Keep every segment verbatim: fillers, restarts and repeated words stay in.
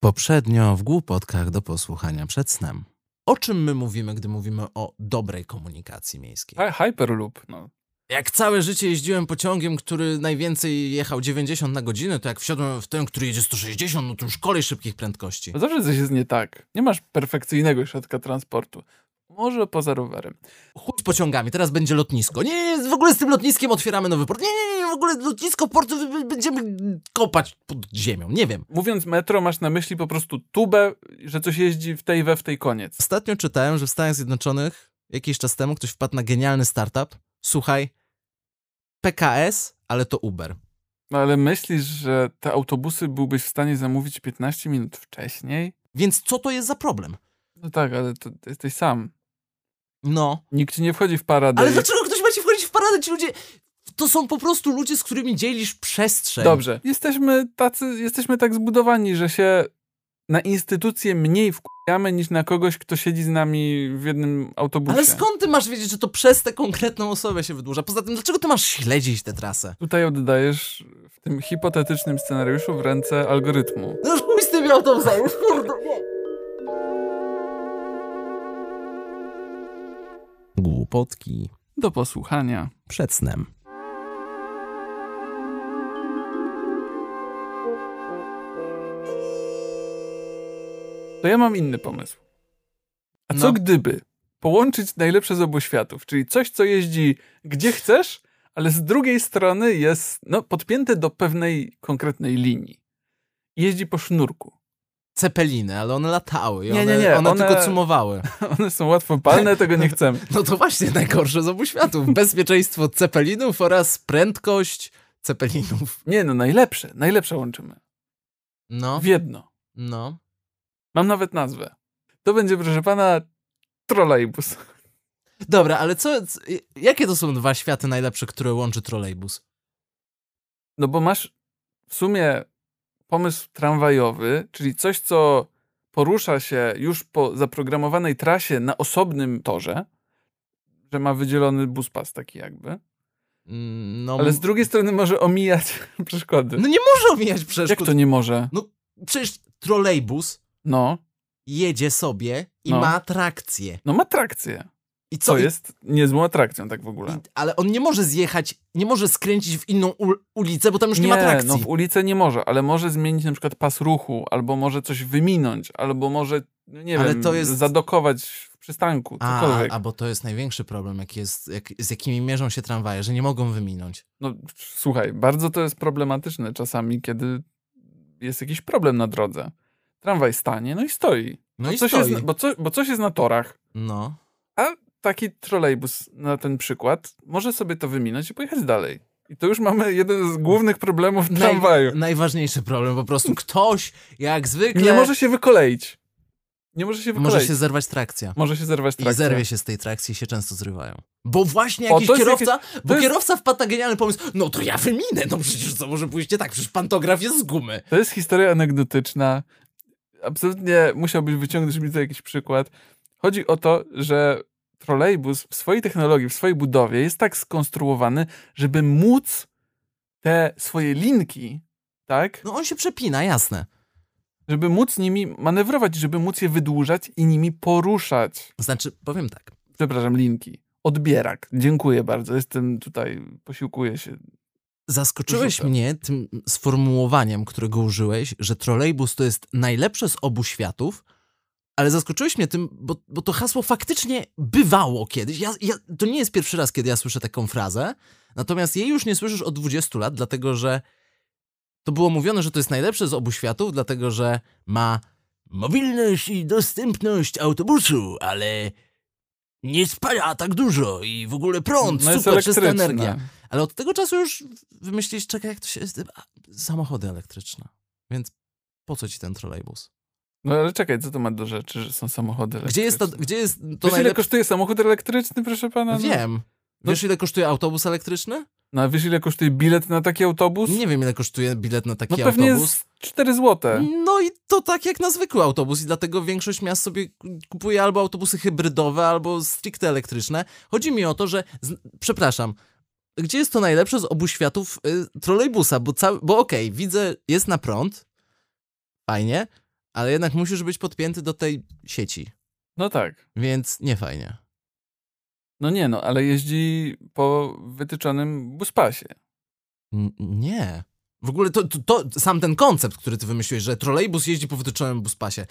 Poprzednio w głupotkach do posłuchania przed snem. O czym my mówimy, gdy mówimy o dobrej komunikacji miejskiej? Hi- Hyperloop, no. Jak całe życie jeździłem pociągiem, który najwięcej jechał dziewięćdziesiąt na godzinę, to jak wsiadłem w ten, który jedzie sto sześćdziesiąt, no to już kolej szybkich prędkości. Bo zawsze coś jest nie tak. Nie masz perfekcyjnego środka transportu. Może poza rowerem. Chuj z pociągami, teraz będzie lotnisko. Nie, nie, w ogóle z tym lotniskiem otwieramy nowy port. Nie, nie, nie, w ogóle lotnisko, port będziemy kopać pod ziemią, nie wiem. Mówiąc metro, masz na myśli po prostu tubę, że coś jeździ w tej we w tej koniec. Ostatnio czytałem, że w Stanach Zjednoczonych jakiś czas temu ktoś wpadł na genialny startup. Słuchaj, P K S, ale to Uber. No ale myślisz, że te autobusy byłbyś w stanie zamówić piętnaście minut wcześniej? Więc co to jest za problem? No tak, ale to, to jesteś sam. No. Nikt ci nie wchodzi w paradę. Ale i... dlaczego ktoś ma ci wchodzić w paradę? Ci ludzie... To są po prostu ludzie, z którymi dzielisz przestrzeń. Dobrze. Jesteśmy tacy, jesteśmy tak zbudowani, że się na instytucje mniej wkujamy niż na kogoś, kto siedzi z nami w jednym autobusie. Ale skąd ty masz wiedzieć, że to przez tę konkretną osobę się wydłuża? Poza tym, dlaczego ty masz śledzić tę trasę? Tutaj oddajesz w tym hipotetycznym scenariuszu w ręce algorytmu. No już chuj z tymi autobusami, już kurde, nie. Głupotki Do posłuchania przed snem. To ja mam inny pomysł. A co No. gdyby połączyć najlepsze z obu światów, czyli coś, co jeździ gdzie chcesz, ale z drugiej strony jest no, podpięte do pewnej konkretnej linii. I jeździ po sznurku. Cepeliny, ale one latały i Nie, one, nie, nie, one, one- tylko cumowały. One są łatwopalne, tego nie chcemy. No to właśnie najgorsze z obu światów. Bezpieczeństwo cepelinów oraz prędkość cepelinów. Nie no, najlepsze. Najlepsze łączymy. No, W jedno. no. Mam nawet nazwę. To będzie, proszę pana, trolejbus. Dobra, ale co, c- jakie to są dwa światy najlepsze, które łączy trolejbus? No bo masz w sumie pomysł tramwajowy, czyli coś, co porusza się już po zaprogramowanej trasie na osobnym torze, że ma wydzielony buspas taki jakby, Mm, No, ale z drugiej strony może omijać przeszkody. no nie może omijać przeszkód. Jak to nie może? No przecież trolejbus No, jedzie sobie i No. ma trakcję. no ma trakcję. I co? Co I- jest niezłą atrakcją tak w ogóle. I, ale on nie może zjechać, nie może skręcić w inną u, ulicę, bo tam już nie, ma trakcji. no w ulicę nie może, ale może zmienić na przykład pas ruchu, albo może coś wyminąć, albo może, no nie Ale wiem, to jest- zadokować w przystanku, A, cokolwiek. a bo to jest największy problem, jaki jest, jak, z jakimi mierzą się tramwaje, że nie mogą wyminąć. No słuchaj, bardzo to jest problematyczne czasami, kiedy jest jakiś problem na drodze. Tramwaj stanie, no i stoi. No bo i coś stoi. Jest, bo, co, bo coś jest na torach, No. a taki trolejbus na ten przykład może sobie to wyminąć i pojechać dalej. I to już mamy jeden z głównych problemów tramwaju. Naj, najważniejszy problem, po prostu ktoś, jak zwykle, Nie może się wykoleić. Nie może się wykoleić. może się zerwać trakcja. Może się zerwać I trakcja. zerwie się z tej trakcji i się często zrywają. Bo właśnie O, jakiś to jest kierowca, jakieś- bo to jest- kierowca wpadł na genialny pomysł, no to ja wyminę, no przecież co może pójść nie tak, przecież pantograf jest z gumy. To jest historia anegdotyczna. Absolutnie musiałbyś wyciągnąć mi to jakiś przykład. Chodzi o to, że trolejbus w swojej technologii, w swojej budowie jest tak skonstruowany, żeby móc te swoje linki, tak? No on się przepina, jasne. Żeby móc nimi manewrować, żeby móc je wydłużać i nimi poruszać. Znaczy, powiem tak, Przepraszam, linki. Odbierak. Dziękuję bardzo. Jestem tutaj, posiłkuję się. zaskoczyłeś Rzucam. mnie tym sformułowaniem, którego użyłeś, że trolejbus to jest najlepsze z obu światów, ale zaskoczyłeś mnie tym, bo, bo to hasło faktycznie bywało kiedyś. Ja, ja, to nie jest pierwszy raz, kiedy ja słyszę taką frazę, natomiast jej już nie słyszysz od dwudziestu lat, dlatego że to było mówione, że to jest najlepsze z obu światów, dlatego że ma mobilność i dostępność autobusu, ale nie spala tak dużo i w ogóle prąd, No jest super czysta elektryczna. energia. Ale od tego czasu już wymyślisz, czekaj, jak to się... A, samochody elektryczne. Więc po co ci ten trolejbus? No ale czekaj, co to ma do rzeczy, że są samochody elektryczne? Gdzie jest to, gdzie jest to Wiesz, ile najlepsze? kosztuje samochód elektryczny, proszę pana? No. Wiem. Wiesz, ile kosztuje autobus elektryczny? No a wiesz, ile kosztuje bilet na taki autobus? Nie wiem, ile kosztuje bilet na taki No pewnie autobus. jest cztery złote. No i to tak jak na zwykły autobus i dlatego większość miast sobie kupuje albo autobusy hybrydowe, albo stricte elektryczne. Chodzi mi o to, że... Z... Przepraszam. Gdzie jest to najlepsze z obu światów y, trolejbusa? Bo, cały... bo okej, okay, widzę, jest na prąd. Fajnie. ale jednak musisz być podpięty do tej sieci, No tak. więc nie fajnie. No nie no, ale jeździ po wytyczonym buspasie. N- nie. W ogóle to, to, to sam ten koncept, który ty wymyśliłeś, że trolejbus jeździ po wytyczonym buspasie.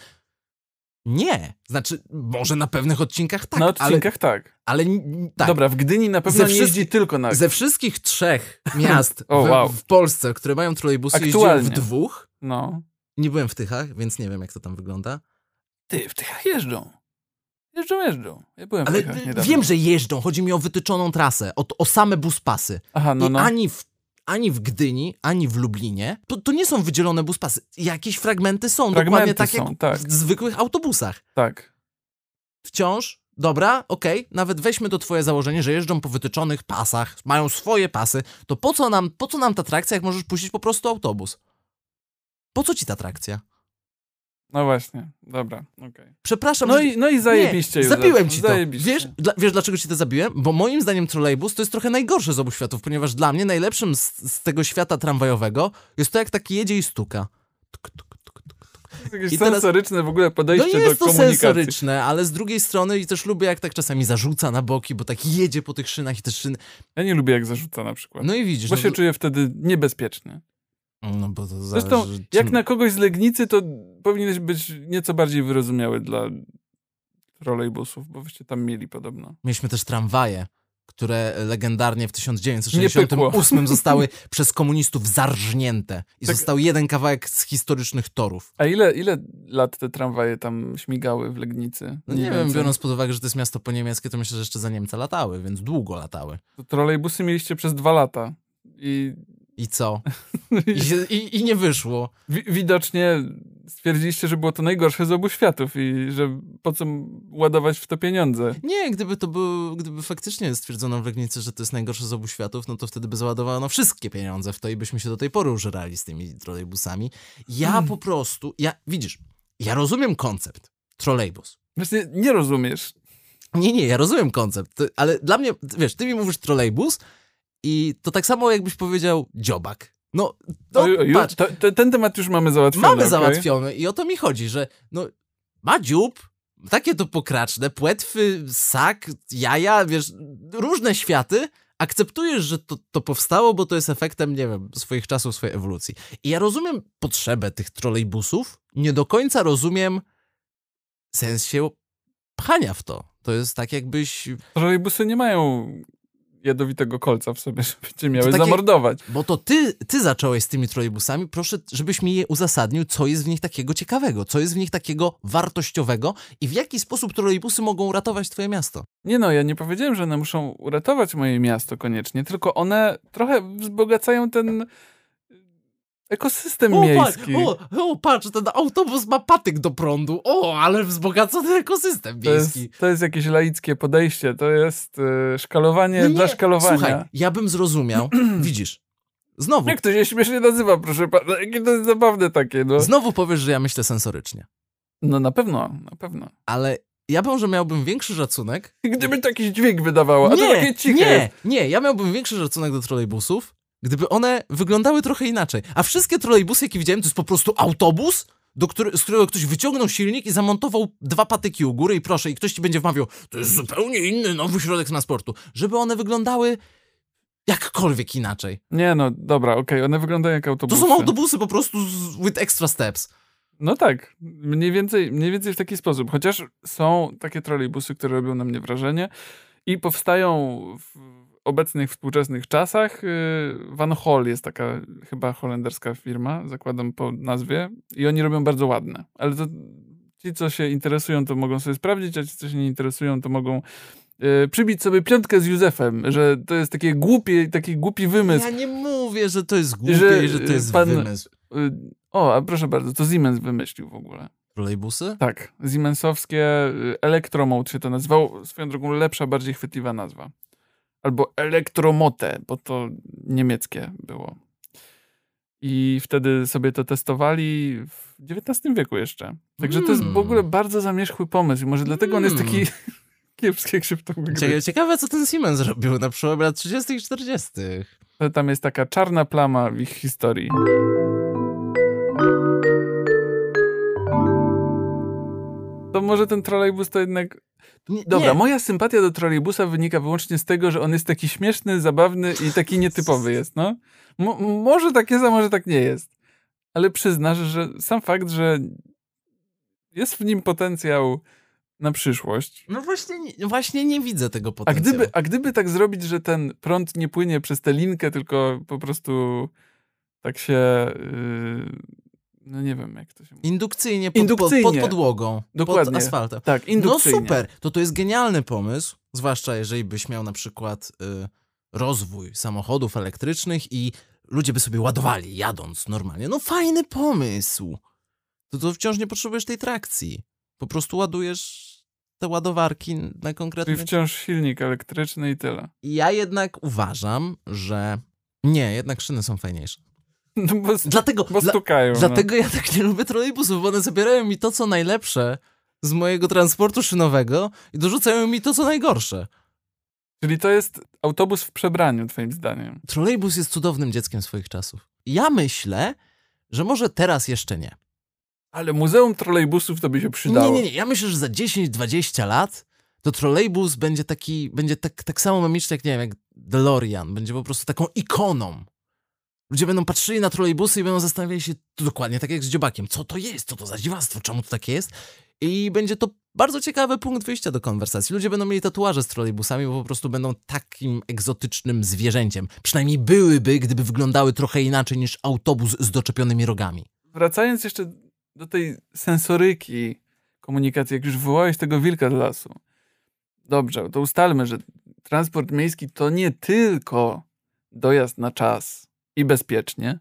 Nie. Znaczy, może na pewnych odcinkach tak, Na odcinkach ale, tak. ale n- tak. Dobra, w Gdyni na pewno Ze nie wszystkich- jeździ tylko na... Ze wszystkich trzech miast O, w, wow. w Polsce, które mają trolejbusy, Aktualnie. jeździłem w dwóch. No. Nie byłem w Tychach, więc nie wiem, jak to tam wygląda. Ty, w Tychach jeżdżą. Jeżdżą, jeżdżą. Ja byłem w Ale Tychach niedawno. wiem, że jeżdżą. Chodzi mi o wytyczoną trasę, o, o same buspasy. Aha, no, I no. ani w, ani w Gdyni, ani w Lublinie to, to nie są wydzielone buspasy. Jakieś fragmenty są, Fragmenty dokładnie tak są, jak tak. w zwykłych autobusach. Tak. Wciąż, dobra, okej, nawet weźmy to twoje założenie, że jeżdżą po wytyczonych pasach, mają swoje pasy, to po co nam, po co nam ta trakcja, jak możesz puścić po prostu autobus? Po co ci ta trakcja? No właśnie. Dobra, okej. Przepraszam, No że... i, no i zajebiście. Nie, Józef. zabiłem ci to. Zajebiście. Wiesz, dla, wiesz, dlaczego ci to zabiłem? Bo moim zdaniem trolejbus to jest trochę najgorszy z obu światów, ponieważ dla mnie najlepszym z, z tego świata tramwajowego jest to, jak taki jedzie i stuka. Tuk, tuk, tuk, tuk, tuk. To jest jakieś I teraz- sensoryczne w ogóle No podejście jest do to komunikacji. sensoryczne, ale z drugiej strony i też lubię, jak tak czasami zarzuca na boki, bo tak jedzie po tych szynach i te szyny... Ja nie lubię, jak zarzuca na przykład. No i widzisz... Bo no, się to- czuję wtedy niebezpieczny. No bo to Zresztą, zależy, jak czym- na kogoś z Legnicy, to powinieneś być nieco bardziej wyrozumiały dla trolejbusów, bo wyście tam mieli podobno. Mieliśmy też tramwaje, które legendarnie w tysiąc dziewięćset Nie sześćdziesiątym pykło. ósmym zostały przez komunistów zarżnięte i Tak. został jeden kawałek z historycznych torów. A ile, ile lat te tramwaje tam śmigały w Legnicy? No nie wiem, więcej. biorąc pod uwagę, że to jest miasto poniemieckie, to myślę, że jeszcze za Niemca latały, więc długo latały. To trolejbusy mieliście przez dwa lata. I, I co? I, się, i, i nie wyszło. wi- widocznie stwierdziliście, że było to najgorsze z obu światów i że po co ładować w to pieniądze. Nie, gdyby to był, gdyby faktycznie stwierdzono w Legnicy, że to jest najgorsze z obu światów, no to wtedy by załadowano wszystkie pieniądze w to i byśmy się do tej pory użerali z tymi trolejbusami. Ja Hmm. po prostu, ja, widzisz, ja rozumiem koncept, trolejbus. Właśnie nie rozumiesz. Nie, nie, ja rozumiem koncept, to- ale dla mnie, wiesz, ty mi mówisz trolejbus i to tak samo jakbyś powiedział dziobak. No, no Oj, oj, patrz, to, to, ten temat już mamy załatwiony. mamy okej? załatwiony i o to mi chodzi, że no, ma dziób, takie to pokraczne, płetwy, sak, jaja, wiesz, różne światy, akceptujesz, że to, to powstało, bo to jest efektem, nie wiem, swoich czasów, swojej ewolucji. I ja rozumiem potrzebę tych trolejbusów, nie do końca rozumiem sens się pchania w to. To jest tak jakbyś... Trolejbusy nie mają jadowitego kolca w sobie, żeby cię miały takie- zamordować. Bo to ty, ty zacząłeś z tymi trolejbusami, proszę, żebyś mi je uzasadnił, co jest w nich takiego ciekawego, co jest w nich takiego wartościowego i w jaki sposób trolejbusy mogą uratować twoje miasto. Nie no, ja nie powiedziałem, że one muszą uratować moje miasto koniecznie, tylko one trochę wzbogacają ten ekosystem miejski. Patrz, o, o, patrz, ten autobus ma patyk do prądu. O, ale wzbogacony ekosystem To jest, miejski. to jest jakieś laickie podejście, to jest y, szkalowanie No nie, dla szkalowania. Słuchaj, ja bym zrozumiał, widzisz, znowu, Jak to się śmiesznie nazywa, proszę pana, jakie to jest zabawne takie, no. znowu powiesz, że ja myślę sensorycznie, No na pewno, na pewno. ale ja bym, że miałbym większy szacunek. Gdyby to jakiś dźwięk wydawało, a to Nie, takie ciche nie, jest. nie, ja miałbym większy szacunek do trolejbusów, gdyby one wyglądały trochę inaczej. A wszystkie trolejbusy, jakie widziałem, to jest po prostu autobus, do który, z którego ktoś wyciągnął silnik i zamontował dwa patyki u góry i proszę, i ktoś ci będzie wmawiał, to jest zupełnie inny, nowy środek transportu. Żeby one wyglądały jakkolwiek inaczej. Nie no, dobra, okej, one wyglądają jak To autobusy. są autobusy po prostu z, with extra steps. No tak, mniej więcej, mniej więcej w taki sposób. Chociaż są takie trolejbusy, które robią na mnie wrażenie i powstają w obecnych, współczesnych czasach. Yy, Van Hol jest taka chyba holenderska firma, zakładam po nazwie, i oni robią bardzo ładne. Ale to ci, co się interesują, to mogą sobie sprawdzić, a ci, co się nie interesują, to mogą yy, przybić sobie piątkę z Józefem, że to jest takie głupie, taki głupi wymysł. Ja nie mówię, że to jest głupie Że, i że to jest pan- wymysł. Yy, o, a proszę bardzo, to Siemens wymyślił w ogóle. Trolejbusy? Tak, Siemensowskie y, Electromode się to nazywało. Swoją drogą lepsza, bardziej chwytliwa nazwa. Albo Elektromote, bo to niemieckie było. I wtedy sobie to testowali w dziewiętnastym wieku jeszcze. Także to jest w Mm. ogóle bardzo zamierzchły pomysł. I może dlatego on jest taki Mm. kiepski, jak się w to Ciekawe, wygrywa. ciekawe, co ten Siemens robił na przełomie lat trzydziestych i czterdziestych. Tam jest taka czarna plama w ich historii. to może ten trolejbus to jednak... Nie, Dobra, nie. moja sympatia do trolejbusa wynika wyłącznie z tego, że on jest taki śmieszny, zabawny i taki nietypowy jest, no. Mo- może tak jest, a może tak nie jest. Ale przyznasz, że sam fakt, że jest w nim potencjał na przyszłość. No właśnie, nie- właśnie nie widzę tego A potencjału. gdyby, a gdyby tak zrobić, że ten prąd nie płynie przez tę linkę, tylko po prostu tak się... Yy, no nie wiem, jak to się mówi. Indukcyjnie pod, Indukcyjnie. Pod, pod podłogą, Dokładnie. pod asfaltem. Tak, indukcyjnie. No super, to to jest genialny pomysł, zwłaszcza jeżeli byś miał na przykład y, rozwój samochodów elektrycznych i ludzie by sobie ładowali jadąc normalnie. No fajny pomysł. To, to wciąż nie potrzebujesz tej trakcji. Po prostu ładujesz te ładowarki na Czyli konkretny... wciąż silnik elektryczny i tyle. Ja jednak uważam, że nie, jednak szyny są fajniejsze. No bo, Dlatego, bo dla, stukają. dlatego ja tak nie lubię trolejbusów, bo one zabierają mi to, co najlepsze z mojego transportu szynowego i dorzucają mi to, co najgorsze. No. Czyli to jest autobus w przebraniu, twoim zdaniem. Trolejbus jest cudownym dzieckiem swoich czasów. Ja myślę, że może teraz jeszcze nie. Ale muzeum trolejbusów to by się przydało. Nie, nie, nie. Ja myślę, że za dziesięć dwadzieścia lat to trolejbus będzie taki, będzie tak, tak samo memiczny jak, nie wiem, jak DeLorean. Będzie po prostu taką ikoną. Ludzie będą patrzyli na trolejbusy i będą zastanawiali się, to dokładnie tak jak z dziobakiem, co to jest, co to za dziwactwo, czemu to takie jest? I będzie to bardzo ciekawy punkt wyjścia do konwersacji. Ludzie będą mieli tatuaże z trolejbusami, bo po prostu będą takim egzotycznym zwierzęciem. Przynajmniej byłyby, gdyby wyglądały trochę inaczej niż autobus z doczepionymi rogami. Wracając jeszcze do tej sensoryki komunikacji, jak już wywołałeś tego wilka z lasu. Dobrze, to ustalmy, że transport miejski to nie tylko dojazd na czas i bezpiecznie.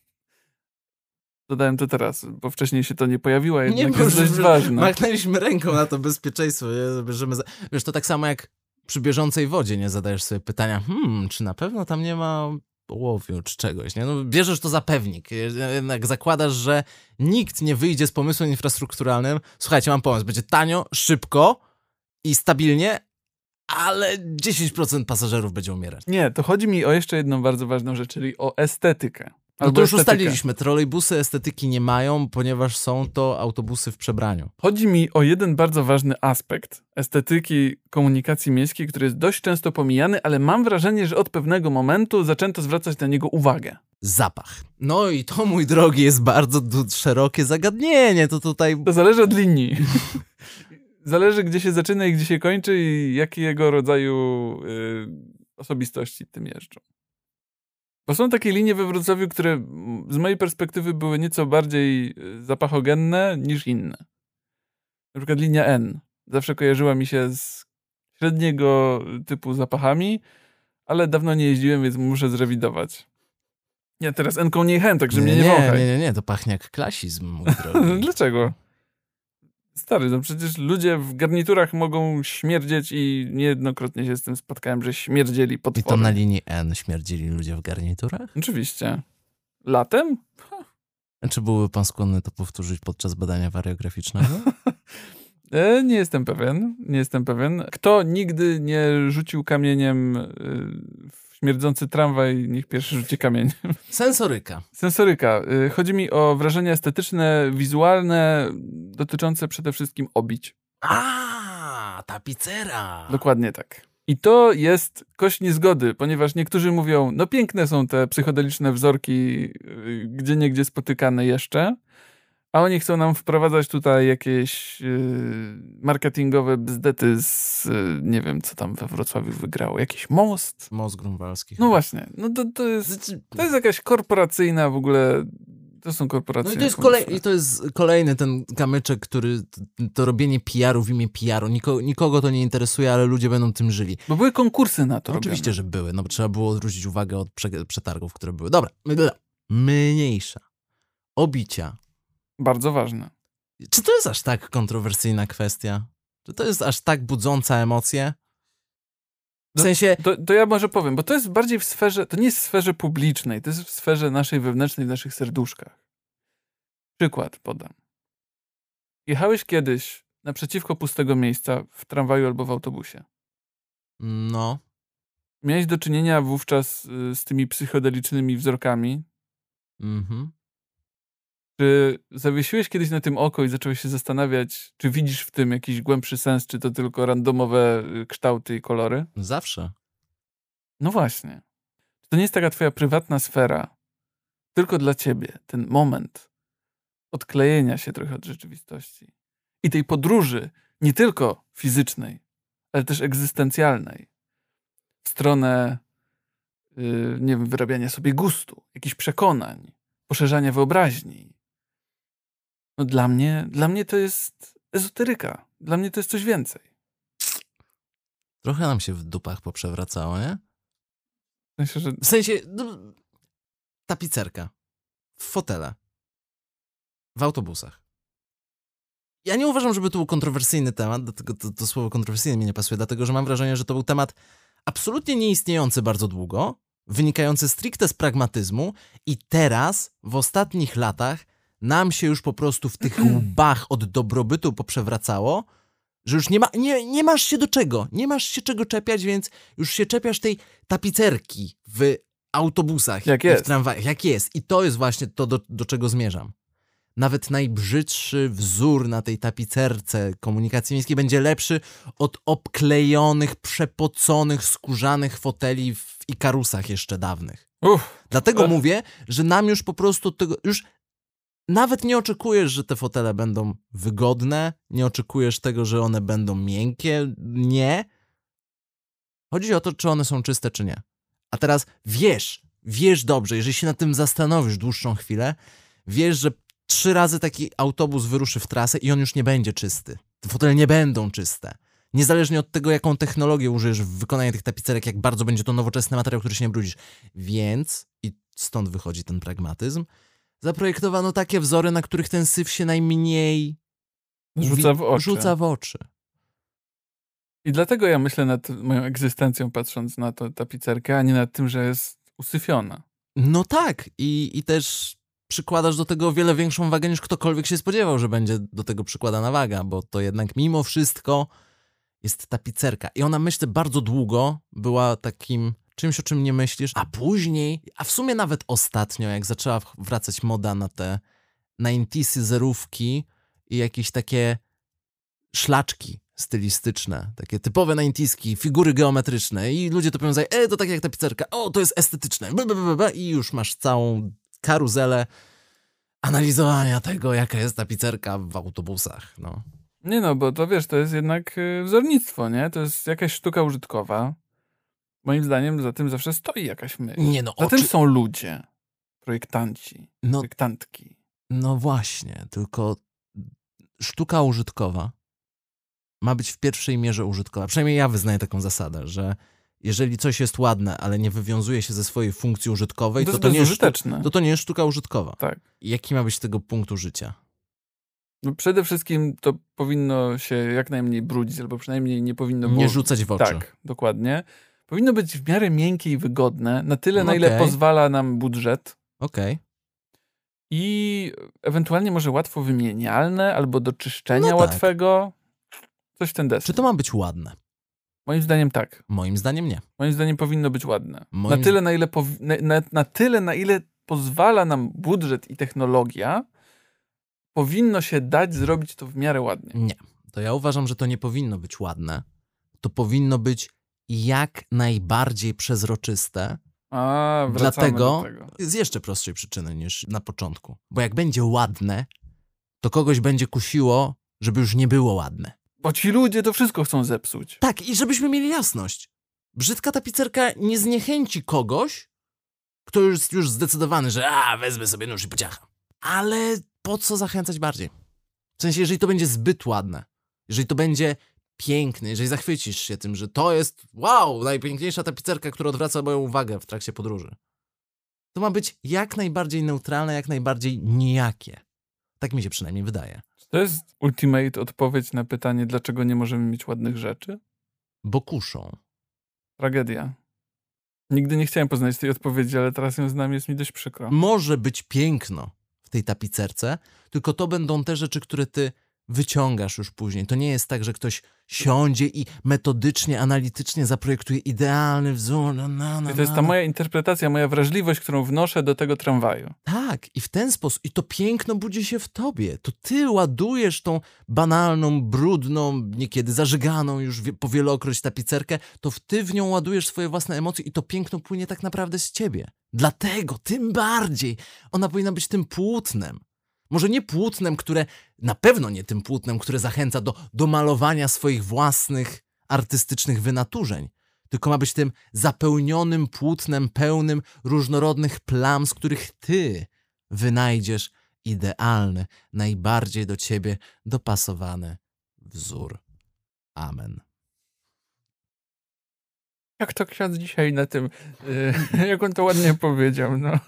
Dodałem to teraz, bo wcześniej się to nie pojawiło, a jednak nie jest dość ważne. Machnęliśmy ręką na to bezpieczeństwo. Nie? Bierzemy za... Wiesz, to tak samo jak przy bieżącej wodzie nie zadajesz sobie pytania, hmm, czy na pewno tam nie ma ołowiu czy czegoś, nie? No, bierzesz to za pewnik. Jednak zakładasz, że nikt nie wyjdzie z pomysłem infrastrukturalnym. Słuchajcie, mam pomysł. Będzie tanio, szybko i stabilnie, ale dziesięć procent pasażerów będzie umierać. Nie, to chodzi mi o jeszcze jedną bardzo ważną rzecz, czyli o estetykę. No to już estetykę. ustaliliśmy. Trolejbusy estetyki nie mają, ponieważ są to autobusy w przebraniu. Chodzi mi o jeden bardzo ważny aspekt estetyki komunikacji miejskiej, który jest dość często pomijany, ale mam wrażenie, że od pewnego momentu zaczęto zwracać na niego uwagę. Zapach. No i to, mój drogi, jest bardzo du- szerokie zagadnienie. To tutaj... To zależy od linii. Zależy, gdzie się zaczyna i gdzie się kończy i jakiego rodzaju y, osobistości tym jeżdżą. Bo są takie linie we Wrocławiu, które z mojej perspektywy były nieco bardziej zapachogenne niż inne. Na przykład linia N. Zawsze kojarzyła mi się z średniego typu zapachami, ale dawno nie jeździłem, więc muszę zrewidować. Nie, teraz N-ką nie chęt, także mnie nie nie, wąchaj. nie, nie, nie, to pachnie jak klasizm, mój drogi. Dlaczego? Stary, no przecież ludzie w garniturach mogą śmierdzieć i niejednokrotnie się z tym spotkałem, że śmierdzieli I potwory. to na linii N śmierdzili ludzie w garniturach? Oczywiście. Latem? Czy byłby pan skłonny to powtórzyć podczas badania wariograficznego? E, nie jestem pewien, nie jestem pewien. Kto nigdy nie rzucił kamieniem y, w śmierdzący tramwaj, niech pierwszy rzuci kamieniem. Sensoryka. Sensoryka. Y, chodzi mi o wrażenia estetyczne, wizualne, dotyczące przede wszystkim obić. A, tapicera. Dokładnie tak. I to jest kość niezgody, ponieważ niektórzy mówią, no piękne są te psychodeliczne wzorki, y, gdzieniegdzie spotykane jeszcze, a oni chcą nam wprowadzać tutaj jakieś yy, marketingowe bzdety z, yy, nie wiem, co tam we Wrocławiu wygrało. Jakiś most? Most grunwalski. No właśnie. No to, to, jest, to jest jakaś korporacyjna w ogóle... To są korporacje. No i to jest, kolej, i to jest kolejny ten kamyczek, który... To robienie P R u w imię P R u. Niko, nikogo to nie interesuje, ale ludzie będą tym żyli. Bo były konkursy na to No, oczywiście, że były. No bo trzeba było odwrócić uwagę od prze, przetargów, które były. Dobra. Mniejsza. Obicia. Bardzo ważne. Czy to jest aż tak kontrowersyjna kwestia? Czy to jest aż tak budząca emocje? W sensie... To, to ja może powiem, bo to jest bardziej w sferze, to nie jest w sferze publicznej, to jest w sferze naszej wewnętrznej, w naszych serduszkach. Przykład podam. Jechałeś kiedyś naprzeciwko pustego miejsca w tramwaju albo w autobusie. No. Miałeś do czynienia wówczas y, z tymi psychodelicznymi wzorkami. Mhm. Czy zawiesiłeś kiedyś na tym oko i zacząłeś się zastanawiać, czy widzisz w tym jakiś głębszy sens, czy to tylko randomowe kształty i kolory? Zawsze. No właśnie. Czy to nie jest taka twoja prywatna sfera, tylko dla ciebie, ten moment odklejenia się trochę od rzeczywistości i tej podróży, nie tylko fizycznej, ale też egzystencjalnej, w stronę, yy, nie wiem, wyrabiania sobie gustu, jakichś przekonań, poszerzania wyobraźni. No dla mnie, dla mnie to jest ezoteryka. Dla mnie to jest coś więcej. Trochę nam się w dupach poprzewracało, nie? W sensie, że... W sensie, no, tapicerka, w fotele, w autobusach. Ja nie uważam, żeby to był kontrowersyjny temat, dlatego to, to słowo kontrowersyjny mi nie pasuje, dlatego że mam wrażenie, że to był temat absolutnie nieistniejący bardzo długo, wynikający stricte z pragmatyzmu i teraz, w ostatnich latach, nam się już po prostu w tych łbach od dobrobytu poprzewracało, że już nie, ma, nie, nie masz się do czego, nie masz się czego czepiać, więc już się czepiasz tej tapicerki w autobusach Jak i jest. w tramwajach. Jak jest. I to jest właśnie to, do, do czego zmierzam. Nawet najbrzydszy wzór na tej tapicerce komunikacji miejskiej będzie lepszy od obklejonych, przepoconych, skórzanych foteli w Ikarusach jeszcze dawnych. Uff. Dlatego Ech. mówię, że nam już po prostu tego... już nawet nie oczekujesz, że te fotele będą wygodne, nie oczekujesz tego, że one będą miękkie. Nie. Chodzi o to, czy one są czyste, czy nie. A teraz wiesz, wiesz dobrze, jeżeli się nad tym zastanowisz dłuższą chwilę, wiesz, że trzy razy taki autobus wyruszy w trasę i on już nie będzie czysty. Te fotele nie będą czyste. Niezależnie od tego, jaką technologię użyjesz w wykonaniu tych tapicerek, jak bardzo będzie to nowoczesny materiał, który się nie brudzisz. Więc, i stąd wychodzi ten pragmatyzm, zaprojektowano takie wzory, na których ten syf się najmniej Rzuca w oczy. Rzuca w oczy. I dlatego ja myślę nad moją egzystencją, patrząc na tę tapicerkę, a nie nad tym, że jest usyfiona. No tak. I, I też przykładasz do tego o wiele większą wagę, niż ktokolwiek się spodziewał, że będzie do tego przykładana waga, bo to jednak mimo wszystko jest tapicerka. I ona, myślę, bardzo długo była takim czymś, o czym nie myślisz, a później, a w sumie nawet ostatnio, jak zaczęła wracać moda na te dziewięćdziesiąte zerówki i jakieś takie szlaczki stylistyczne, takie typowe dziewięćdziesiątki, figury geometryczne i ludzie to powiązują, e, to tak jak tapicerka, o, to jest estetyczne, b, b, b, b, i już masz całą karuzelę analizowania tego, jaka jest tapicerka w autobusach, no. Nie no, bo to wiesz, to jest jednak y, wzornictwo, nie? To jest jakaś sztuka użytkowa. Moim zdaniem za tym zawsze stoi jakaś myśl. Nie no, Za oczy... tym są ludzie, projektanci, no, projektantki. no właśnie, tylko sztuka użytkowa ma być w pierwszej mierze użytkowa. Przynajmniej ja wyznaję taką zasadę, że jeżeli coś jest ładne, ale nie wywiązuje się ze swojej funkcji użytkowej, To to jest to, nie jest, bezużyteczne. sztu- to to nie jest sztuka użytkowa. Tak. I jaki ma być tego punktu życia? No przede wszystkim to powinno się jak najmniej brudzić, albo przynajmniej nie powinno było... Nie rzucać w oczy. Tak, dokładnie. Powinno być w miarę miękkie i wygodne, na tyle, No na ile okej. pozwala nam budżet. Okej. I ewentualnie może łatwo wymienialne, albo do czyszczenia No tak. łatwego. Coś w ten deseń. Czy to ma być ładne? Moim zdaniem tak. Moim zdaniem nie. Moim zdaniem powinno być ładne. Moim Na tyle, na ile, powi- na, na, na tyle, na ile pozwala nam budżet i technologia, powinno się dać zrobić to w miarę ładnie. Nie. To ja uważam, że to nie powinno być ładne. To powinno być jak najbardziej przezroczyste. A, wracamy Dlatego do tego. z jeszcze prostszej przyczyny niż na początku. Bo jak będzie ładne, to kogoś będzie kusiło, żeby już nie było ładne. Bo ci ludzie to wszystko chcą zepsuć. Tak, i żebyśmy mieli jasność. Brzydka tapicerka nie zniechęci kogoś, kto już jest już zdecydowany, że a, wezmę sobie nóż i pociacham. Ale po co zachęcać bardziej? W sensie, jeżeli to będzie zbyt ładne, jeżeli to będzie piękne, jeżeli zachwycisz się tym, że to jest wow, najpiękniejsza tapicerka, która odwraca moją uwagę w trakcie podróży, to ma być jak najbardziej neutralne, jak najbardziej nijakie. Tak mi się przynajmniej wydaje. To jest ultimate odpowiedź na pytanie, dlaczego nie możemy mieć ładnych rzeczy? Bo kuszą. Tragedia. Nigdy nie chciałem poznać tej odpowiedzi, ale teraz ją znam, jest mi dość przykro. Może być piękno w tej tapicerce, tylko to będą te rzeczy, które ty wyciągasz już później. To nie jest tak, że ktoś siądzie i metodycznie, analitycznie zaprojektuje idealny wzór. No, no, no, I to jest ta moja interpretacja, moja wrażliwość, którą wnoszę do tego tramwaju. Tak, i w ten sposób, i to piękno budzi się w tobie. To ty ładujesz tą banalną, brudną, niekiedy zażyganą już wie, po wielokroć tapicerkę, to ty w nią ładujesz swoje własne emocje i to piękno płynie tak naprawdę z ciebie. Dlatego, tym bardziej, ona powinna być tym płótnem. Może nie płótnem, które, na pewno nie tym płótnem, które zachęca do, do malowania swoich własnych artystycznych wynaturzeń, tylko ma być tym zapełnionym płótnem pełnym różnorodnych plam, z których ty wynajdziesz idealny, najbardziej do ciebie dopasowany wzór. Amen. Jak to ksiądz dzisiaj na tym, yy, jak on to ładnie powiedział, no.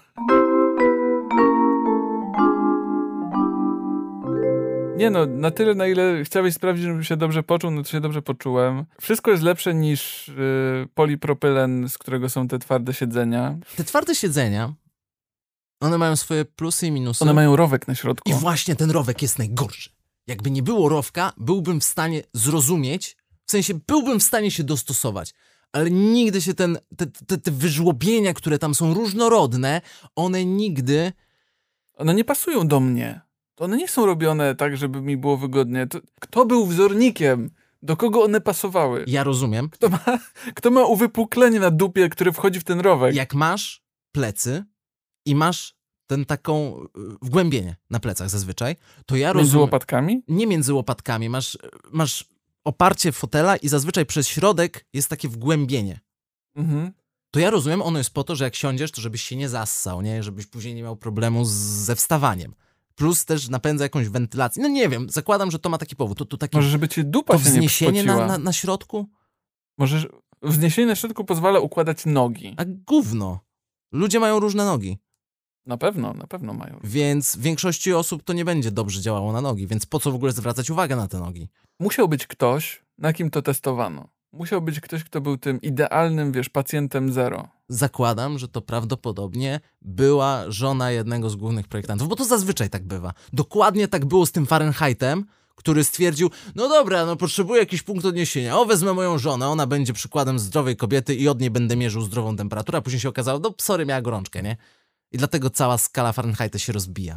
Nie no, na tyle, na ile chciałeś sprawdzić, żebym się dobrze poczuł, no to się dobrze poczułem. Wszystko jest lepsze niż yy, polipropylen, z którego są te twarde siedzenia. Te twarde siedzenia, one mają swoje plusy i minusy. One mają rowek na środku. I właśnie ten rowek jest najgorszy. Jakby nie było rowka, byłbym w stanie zrozumieć, w sensie byłbym w stanie się dostosować, ale nigdy się ten, te, te, te wyżłobienia, które tam są różnorodne, one nigdy... One nie pasują do mnie. To one nie są robione tak, żeby mi było wygodnie. To, kto był wzornikiem? Do kogo one pasowały? Ja rozumiem. Kto ma, kto ma uwypuklenie na dupie, które wchodzi w ten rowek? Jak masz plecy i masz ten taką wgłębienie na plecach zazwyczaj, to ja rozumiem... Między łopatkami? Nie między łopatkami. Masz, masz oparcie fotela i zazwyczaj przez środek jest takie wgłębienie. Mhm. To ja rozumiem, ono jest po to, że jak siądziesz, to żebyś się nie zassał, nie? Żebyś później nie miał problemu z, ze wstawaniem. Plus też napędza jakąś wentylację. No nie wiem, zakładam, że to ma taki powód. To, to takie, Może żeby ci dupa to się nie wzniesienie przypociła. na, na, na środku? Może wzniesienie na środku pozwala układać nogi. A gówno. Ludzie mają różne nogi. Na pewno, na pewno mają. Więc większości osób to nie będzie dobrze działało na nogi. Więc po co w ogóle zwracać uwagę na te nogi? Musiał być ktoś, na kim to testowano. Musiał być ktoś, kto był tym idealnym, wiesz, pacjentem zero. Zakładam, że to prawdopodobnie była żona jednego z głównych projektantów, bo to zazwyczaj tak bywa. Dokładnie tak było z tym Fahrenheitem, który stwierdził, no dobra, no potrzebuję jakiś punkt odniesienia, o wezmę moją żonę, ona będzie przykładem zdrowej kobiety i od niej będę mierzył zdrową temperaturę, a później się okazało, no sorry, miała gorączkę, nie? I dlatego cała skala Fahrenheita się rozbija.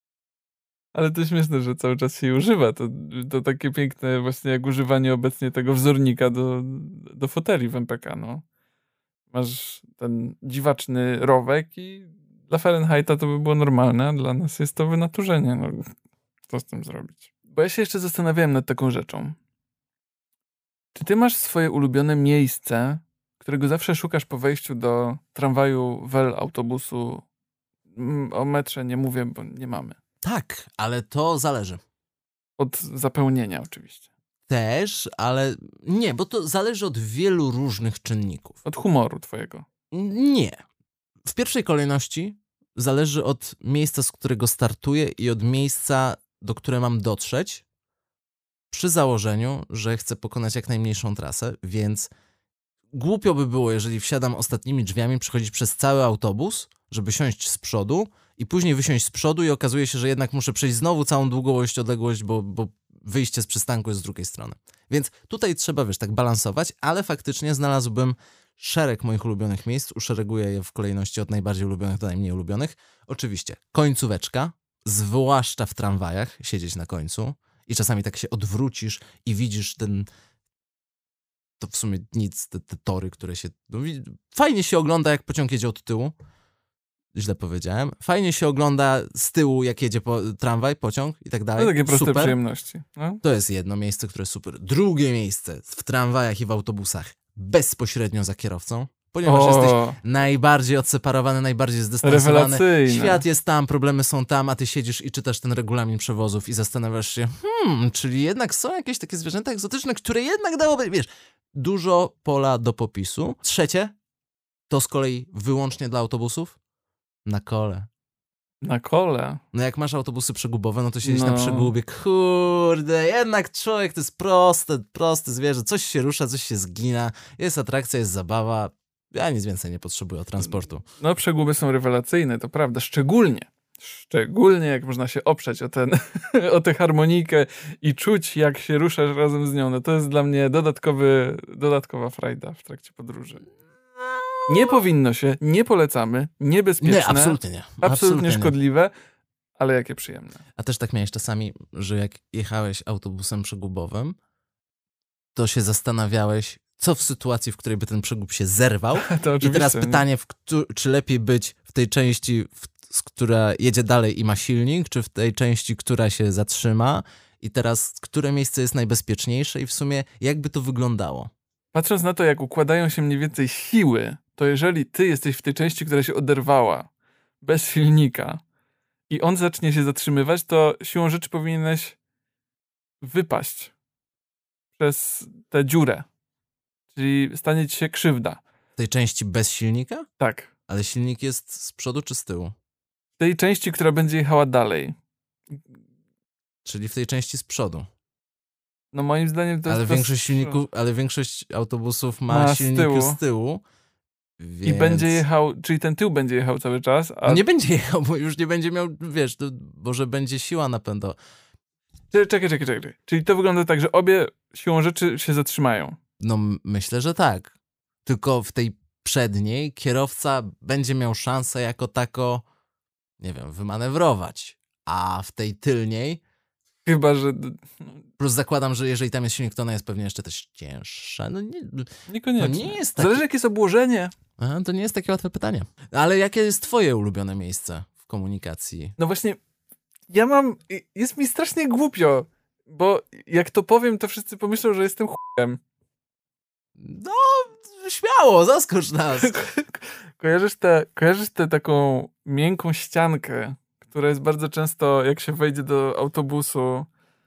Ale to śmieszne, że cały czas się jej używa. To, to takie piękne właśnie jak używanie obecnie tego wzornika do, do foteli w M P K, no. Masz ten dziwaczny rowek i dla Fahrenheita to by było normalne, a dla nas jest to wynaturzenie. No, co z tym zrobić? Bo ja się jeszcze zastanawiałem nad taką rzeczą. Czy ty masz swoje ulubione miejsce, którego zawsze szukasz po wejściu do tramwaju, wel, autobusu? O metrze nie mówię, bo nie mamy. Tak, ale to zależy. Od zapełnienia oczywiście. Też, ale nie, bo to zależy od wielu różnych czynników. Od humoru twojego. Nie. W pierwszej kolejności zależy od miejsca, z którego startuję i od miejsca, do którego mam dotrzeć, przy założeniu, że chcę pokonać jak najmniejszą trasę, więc głupio by było, jeżeli wsiadam ostatnimi drzwiami, przechodzić przez cały autobus, żeby siąść z przodu i później wysiąść z przodu i okazuje się, że jednak muszę przejść znowu całą długość, odległość, bo, bo wyjście z przystanku jest z drugiej strony. Więc tutaj trzeba, wiesz, tak balansować, ale faktycznie znalazłbym szereg moich ulubionych miejsc, uszereguję je w kolejności od najbardziej ulubionych do najmniej ulubionych. Oczywiście końcóweczka, zwłaszcza w tramwajach, siedzieć na końcu i czasami tak się odwrócisz i widzisz ten... To w sumie nic, te, te tory, które się... No, fajnie się ogląda, jak pociąg jedzie od tyłu. Źle powiedziałem. Fajnie się ogląda z tyłu, jak jedzie po, tramwaj, pociąg i tak dalej. To takie proste super. przyjemności. No? To jest jedno miejsce, które jest super. Drugie miejsce w tramwajach i w autobusach bezpośrednio za kierowcą, ponieważ O, jesteś najbardziej odseparowany, najbardziej zdystansowany. Rewelacyjne. Świat jest tam, problemy są tam, a ty siedzisz i czytasz ten regulamin przewozów i zastanawiasz się, hmm, czyli jednak są jakieś takie zwierzęta egzotyczne, które jednak dałoby, wiesz, dużo pola do popisu. Trzecie, to z kolei wyłącznie dla autobusów, na kole. Na kole. No jak masz autobusy przegubowe, no to siedzieć No. na przegubie, kurde, jednak człowiek to jest proste, proste zwierzę, coś się rusza, coś się zgina, jest atrakcja, jest zabawa, ja nic więcej nie potrzebuję od transportu. No przeguby są rewelacyjne, to prawda, szczególnie, Szczególnie jak można się oprzeć o, ten, o tę harmonikę i czuć, jak się ruszasz razem z nią. No to jest dla mnie dodatkowy, dodatkowa frajda w trakcie podróży. Nie powinno się, nie polecamy, niebezpieczne. Nie, absolutnie nie. Absolutnie, absolutnie szkodliwe, nie. Ale jakie przyjemne. A też tak miałeś czasami, że jak jechałeś autobusem przegubowym, to się zastanawiałeś, co w sytuacji, w której by ten przegub się zerwał. I teraz pytanie, w któ- czy lepiej być w tej części, w, z która jedzie dalej i ma silnik, czy w tej części, która się zatrzyma. I teraz, które miejsce jest najbezpieczniejsze i w sumie jakby to wyglądało? Patrząc na to, jak układają się mniej więcej siły, to jeżeli ty jesteś w tej części, która się oderwała, bez silnika i on zacznie się zatrzymywać, to siłą rzeczy powinieneś wypaść przez tę dziurę. Czyli stanie ci się krzywda. W tej części bez silnika? Tak. Ale silnik jest z przodu czy z tyłu? W tej części, która będzie jechała dalej. Czyli w tej części z przodu. No moim zdaniem to ale jest... Większość to... silników, ale większość autobusów ma, ma silnik z tyłu. z tyłu. Więc... I będzie jechał, czyli ten tył będzie jechał cały czas. A... No nie będzie jechał, bo już nie będzie miał, wiesz, to, może będzie siła napędowa. Czekaj, czekaj, czekaj. Czyli to wygląda tak, że obie siłą rzeczy się zatrzymają. No myślę, że tak. Tylko w tej przedniej kierowca będzie miał szansę jako tako, nie wiem, wymanewrować. A w tej tylniej... Chyba, że... Plus zakładam, że jeżeli tam jest silnik, to ona jest pewnie jeszcze też cięższa. No nie, Niekoniecznie. No nie jest takie... Zależy, jakie jest obłożenie. A, to nie jest takie łatwe pytanie. Ale jakie jest twoje ulubione miejsce w komunikacji? No właśnie, ja mam... Jest mi strasznie głupio, bo jak to powiem, to wszyscy pomyślą, że jestem chujem. No, śmiało, zaskocz nas. Kojarzysz tę kojarzysz tę taką miękką ściankę, która jest bardzo często, jak się wejdzie do autobusu...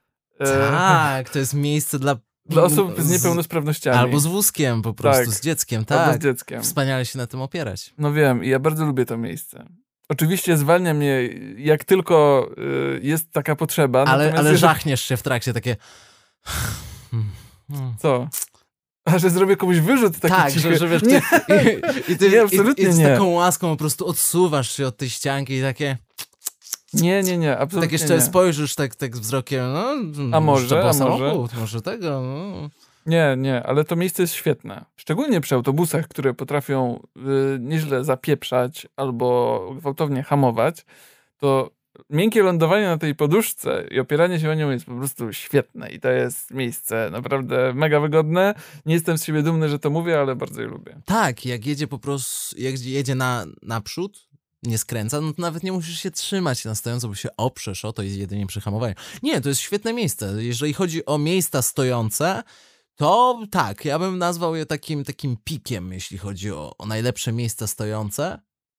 Tak, to jest miejsce dla... Dla osób z niepełnosprawnościami. Albo z wózkiem po prostu, tak. z dzieckiem, tak. Albo z dzieckiem. Wspaniale się na tym opierać. No wiem i ja bardzo lubię to miejsce. Oczywiście zwalnia mnie, jak tylko y, jest taka potrzeba. Ale, ale jeżeli... żachniesz się w trakcie, takie... Co? A, że zrobię komuś wyrzut taki tak, cichy. że, że wiesz, ty, i, i ty nie, absolutnie i, i z nie. taką łaską po prostu odsuwasz się od tej ścianki i takie... Nie, nie, nie, absolutnie tak jeszcze nie. spojrzysz tak, tak wzrokiem, no... A może, to był a samochód, może. może tego, no... Nie, nie, ale to miejsce jest świetne. Szczególnie przy autobusach, które potrafią y, nieźle zapieprzać albo gwałtownie hamować, to miękkie lądowanie na tej poduszce i opieranie się o nią jest po prostu świetne i to jest miejsce naprawdę mega wygodne. Nie jestem z siebie dumny, że to mówię, ale bardzo je lubię. Tak, jak jedzie po prostu, jak jedzie na, naprzód, nie skręca, no to nawet nie musisz się trzymać na stojąco, bo się oprzesz o to i jedynie przy hamowaniu. Nie, to jest świetne miejsce. Jeżeli chodzi o miejsca stojące, to tak, ja bym nazwał je takim, takim pikiem, jeśli chodzi o, o najlepsze miejsca stojące.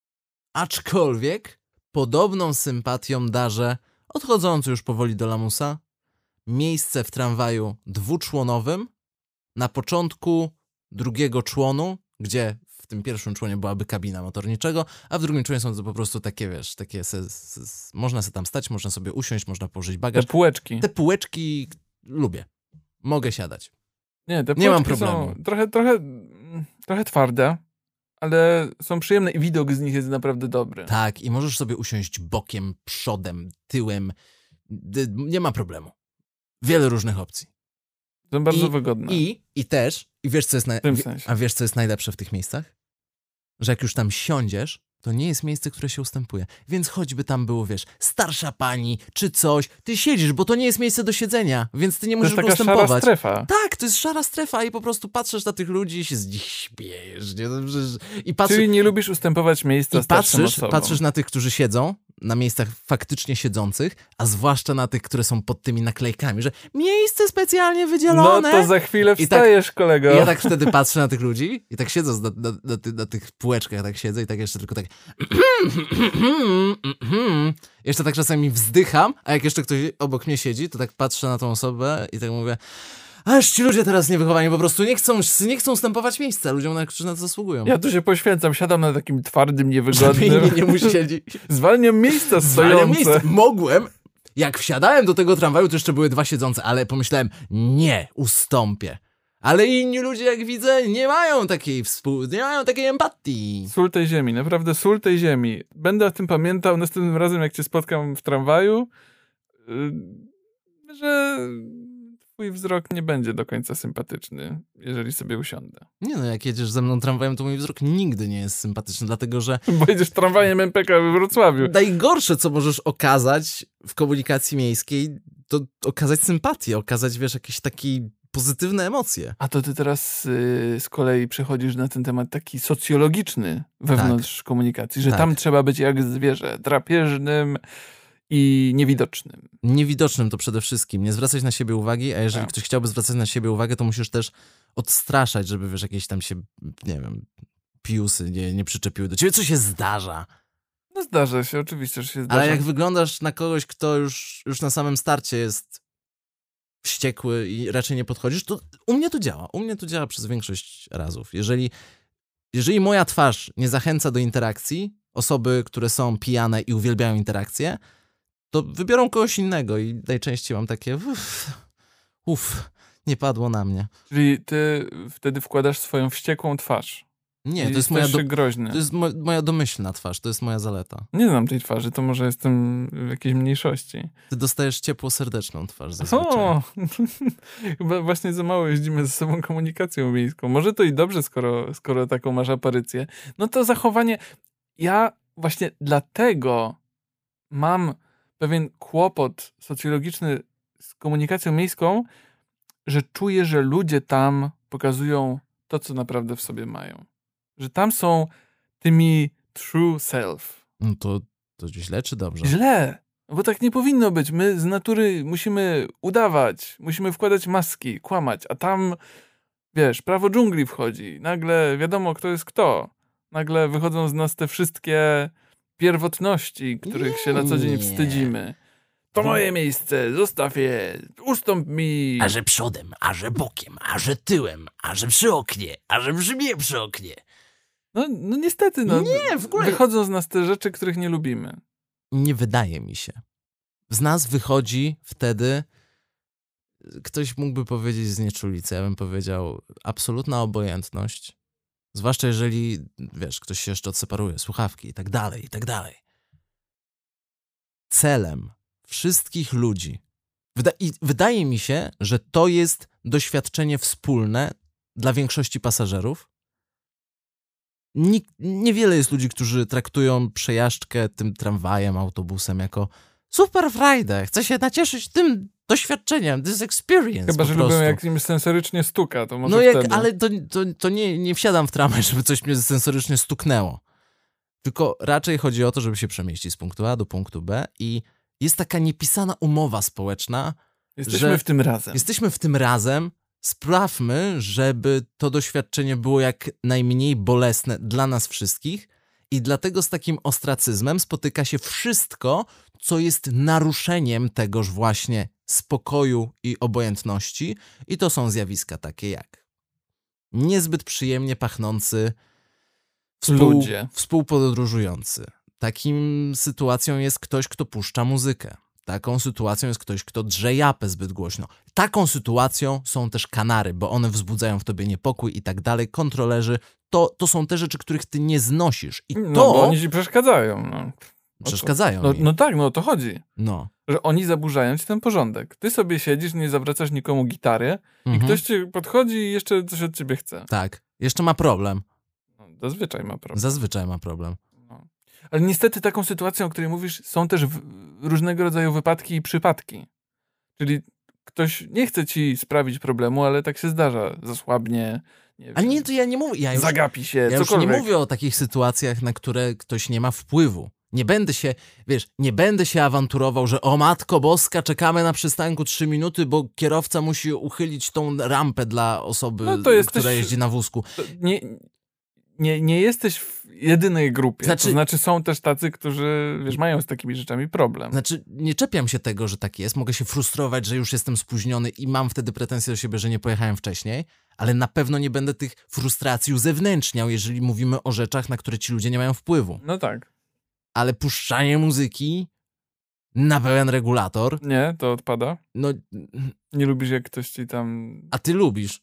Aczkolwiek podobną sympatią darzę, odchodząc już powoli do lamusa, miejsce w tramwaju dwuczłonowym na początku drugiego członu, gdzie w tym pierwszym członie byłaby kabina motorniczego, a w drugim członie są to po prostu takie, wiesz, takie se, se, można sobie tam stać, można sobie usiąść, można położyć bagaż. Te półeczki. Te półeczki lubię. Mogę siadać. Nie, te Nie mam półeczki problemu. są trochę, trochę, trochę twarde, ale są przyjemne i widok z nich jest naprawdę dobry. Tak, i możesz sobie usiąść bokiem, przodem, tyłem. D- nie ma problemu. Wiele różnych opcji. Są bardzo I, wygodne. I, I też, i wiesz co jest naj... W tym sensie. A wiesz co jest najlepsze w tych miejscach? Że jak już tam siądziesz, to nie jest miejsce, które się ustępuje. Więc choćby tam było, wiesz, starsza pani, czy coś, ty siedzisz, bo to nie jest miejsce do siedzenia, więc ty nie To możesz jest taka ustępować. szara strefa. Tak, to jest szara strefa i po prostu patrzysz na tych ludzi i się z nich śmiejesz. Nie? No, przecież... I patrzy... Czyli nie lubisz ustępować miejsca I starszym patrzysz, osobom. patrzysz na tych, którzy siedzą, na miejscach faktycznie siedzących, a zwłaszcza na tych, które są pod tymi naklejkami, że miejsce specjalnie wydzielone. No to za chwilę I tak- wstajesz, kolego. I ja tak wtedy patrzę na tych ludzi i tak siedzę na, na, na, ty, na tych półeczkach, tak siedzę i tak jeszcze tylko tak jeszcze tak czasami wzdycham, a jak jeszcze ktoś obok mnie siedzi, to tak patrzę na tą osobę i tak mówię, aż ci ludzie teraz niewychowani po prostu nie chcą, nie chcą ustępować miejsca ludziom, którzy na to zasługują. Ja tu się poświęcam, siadam na takim twardym, Żeby niewygodnym. inni nie musieli. Zwalniam miejsca Zwalniam stojące. miejsce. Mogłem. Jak wsiadałem do tego tramwaju, to jeszcze były dwa siedzące, ale pomyślałem, nie, ustąpię. Ale inni ludzie, jak widzę, nie mają takiej współ... nie mają takiej empatii. Sól tej ziemi, naprawdę sól tej ziemi. Będę o tym pamiętał następnym razem, jak cię spotkam w tramwaju, yy, że twój wzrok nie będzie do końca sympatyczny, jeżeli sobie usiądę. Nie no, jak jedziesz ze mną tramwajem, to mój wzrok nigdy nie jest sympatyczny, dlatego że... Bo jedziesz tramwajem M P K we Wrocławiu. Najgorsze, co możesz okazać w komunikacji miejskiej, to okazać sympatię, okazać, wiesz, jakieś takie pozytywne emocje. A to ty teraz yy, z kolei przechodzisz na ten temat taki socjologiczny wewnątrz tak. komunikacji, że tak. tam trzeba być jak zwierzę, drapieżnym i niewidocznym. Niewidocznym to przede wszystkim, nie zwracać na siebie uwagi, a jeżeli tak. ktoś chciałby zwracać na siebie uwagę, to musisz też odstraszać, żeby, wiesz, jakieś tam się, nie wiem, piusy nie, nie przyczepiły do ciebie, co się zdarza. No zdarza się, oczywiście, że się zdarza. Ale jak wyglądasz na kogoś, kto już, już na samym starcie jest wściekły i raczej nie podchodzisz, to u mnie to działa. U mnie to działa przez większość razów. Jeżeli, jeżeli moja twarz nie zachęca do interakcji, osoby, które są pijane i uwielbiają interakcję, to wybiorą kogoś innego i najczęściej mam takie uff, uff, nie padło na mnie. Czyli ty wtedy wkładasz swoją wściekłą twarz. Nie, to jest, moja do... groźny. to jest mo moja domyślna twarz, to jest moja zaleta. Nie znam tej twarzy, to może jestem w jakiejś mniejszości. Ty dostajesz ciepło-serdeczną twarz zazwyczaj. O! Chyba właśnie za mało jeździmy ze sobą komunikacją miejską. Może to i dobrze, skoro, skoro taką masz aparycję. No to zachowanie... Ja właśnie dlatego mam pewien kłopot socjologiczny z komunikacją miejską, że czuję, że ludzie tam pokazują to, co naprawdę w sobie mają. Że tam są tymi true self. No to, to źle czy dobrze? Źle, bo tak nie powinno być. My z natury musimy udawać, musimy wkładać maski, kłamać, a tam, wiesz, prawo dżungli wchodzi. Nagle wiadomo, kto jest kto. Nagle wychodzą z nas te wszystkie pierwotności, których nie, się na co dzień wstydzimy. To moje miejsce, zostaw je, ustąp mi. A że przodem, a że bokiem, a że tyłem, a że przy oknie, a że brzmię przy oknie. No, no niestety, no. Nie, w ogóle. Wychodzą z nas te rzeczy, których nie lubimy. Nie wydaje mi się. Z nas wychodzi wtedy, ktoś mógłby powiedzieć znieczulicy, ja bym powiedział absolutna obojętność. Zwłaszcza jeżeli, wiesz, ktoś się jeszcze odseparuje, słuchawki i tak dalej, i tak dalej. Celem wszystkich ludzi. Wyda I wydaje mi się, że to jest doświadczenie wspólne dla większości pasażerów. Nik niewiele jest ludzi, którzy traktują przejażdżkę tym tramwajem, autobusem jako super frajdę, chcę się nacieszyć tym doświadczeniem, this experience. Chyba, że prostu. lubię, jak im sensorycznie stuka, to może No jak, wtedy. ale to, to, to nie, nie wsiadam w tramwaj, żeby coś mnie sensorycznie stuknęło. Tylko raczej chodzi o to, żeby się przemieścić z punktu A do punktu B i jest taka niepisana umowa społeczna, Jesteśmy że w tym razem. Jesteśmy w tym razem, sprawmy, żeby to doświadczenie było jak najmniej bolesne dla nas wszystkich i dlatego z takim ostracyzmem spotyka się wszystko, co jest naruszeniem tegoż właśnie spokoju i obojętności i to są zjawiska takie jak niezbyt przyjemnie pachnący współ, ludzie. współpodróżujący. Takim sytuacją jest ktoś, kto puszcza muzykę. Taką sytuacją jest ktoś, kto drze japę zbyt głośno. Taką sytuacją są też kanary, bo one wzbudzają w tobie niepokój i tak dalej. Kontrolerzy, to, to są te rzeczy, których ty nie znosisz. I to... No, bo oni ci przeszkadzają. No. Przeszkadzają no, mi. no tak, no o to chodzi. No. Że oni zaburzają ci ten porządek. Ty sobie siedzisz, nie zawracasz nikomu gitary Mhm. i ktoś ci podchodzi i jeszcze coś od ciebie chce. Tak. Jeszcze ma problem. No, zazwyczaj ma problem. Zazwyczaj ma problem. No. Ale niestety taką sytuacją, o której mówisz, są też w, różnego rodzaju wypadki i przypadki. Czyli ktoś nie chce ci sprawić problemu, ale tak się zdarza. Zasłabnie. Nie Ale wiem, nie, to ja nie mówię. Ja już, zagapi się, ja już cokolwiek. nie mówię o takich sytuacjach, na które ktoś nie ma wpływu. Nie będę się, wiesz, nie będę się awanturował, że o matko boska, czekamy na przystanku trzy minuty, bo kierowca musi uchylić tą rampę dla osoby, No to jesteś, która jeździ na wózku. Nie, nie, nie jesteś w jedynej grupie. Znaczy, to znaczy są też tacy, którzy, wiesz, mają z takimi rzeczami problem. Znaczy, nie czepiam się tego, że tak jest. Mogę się frustrować, że już jestem spóźniony i mam wtedy pretensje do siebie, że nie pojechałem wcześniej, ale na pewno nie będę tych frustracji uzewnętrzniał, jeżeli mówimy o rzeczach, na które ci ludzie nie mają wpływu. No tak. Ale puszczanie muzyki na pełen regulator... Nie, to odpada. No... Nie lubisz, jak ktoś ci tam... A ty lubisz.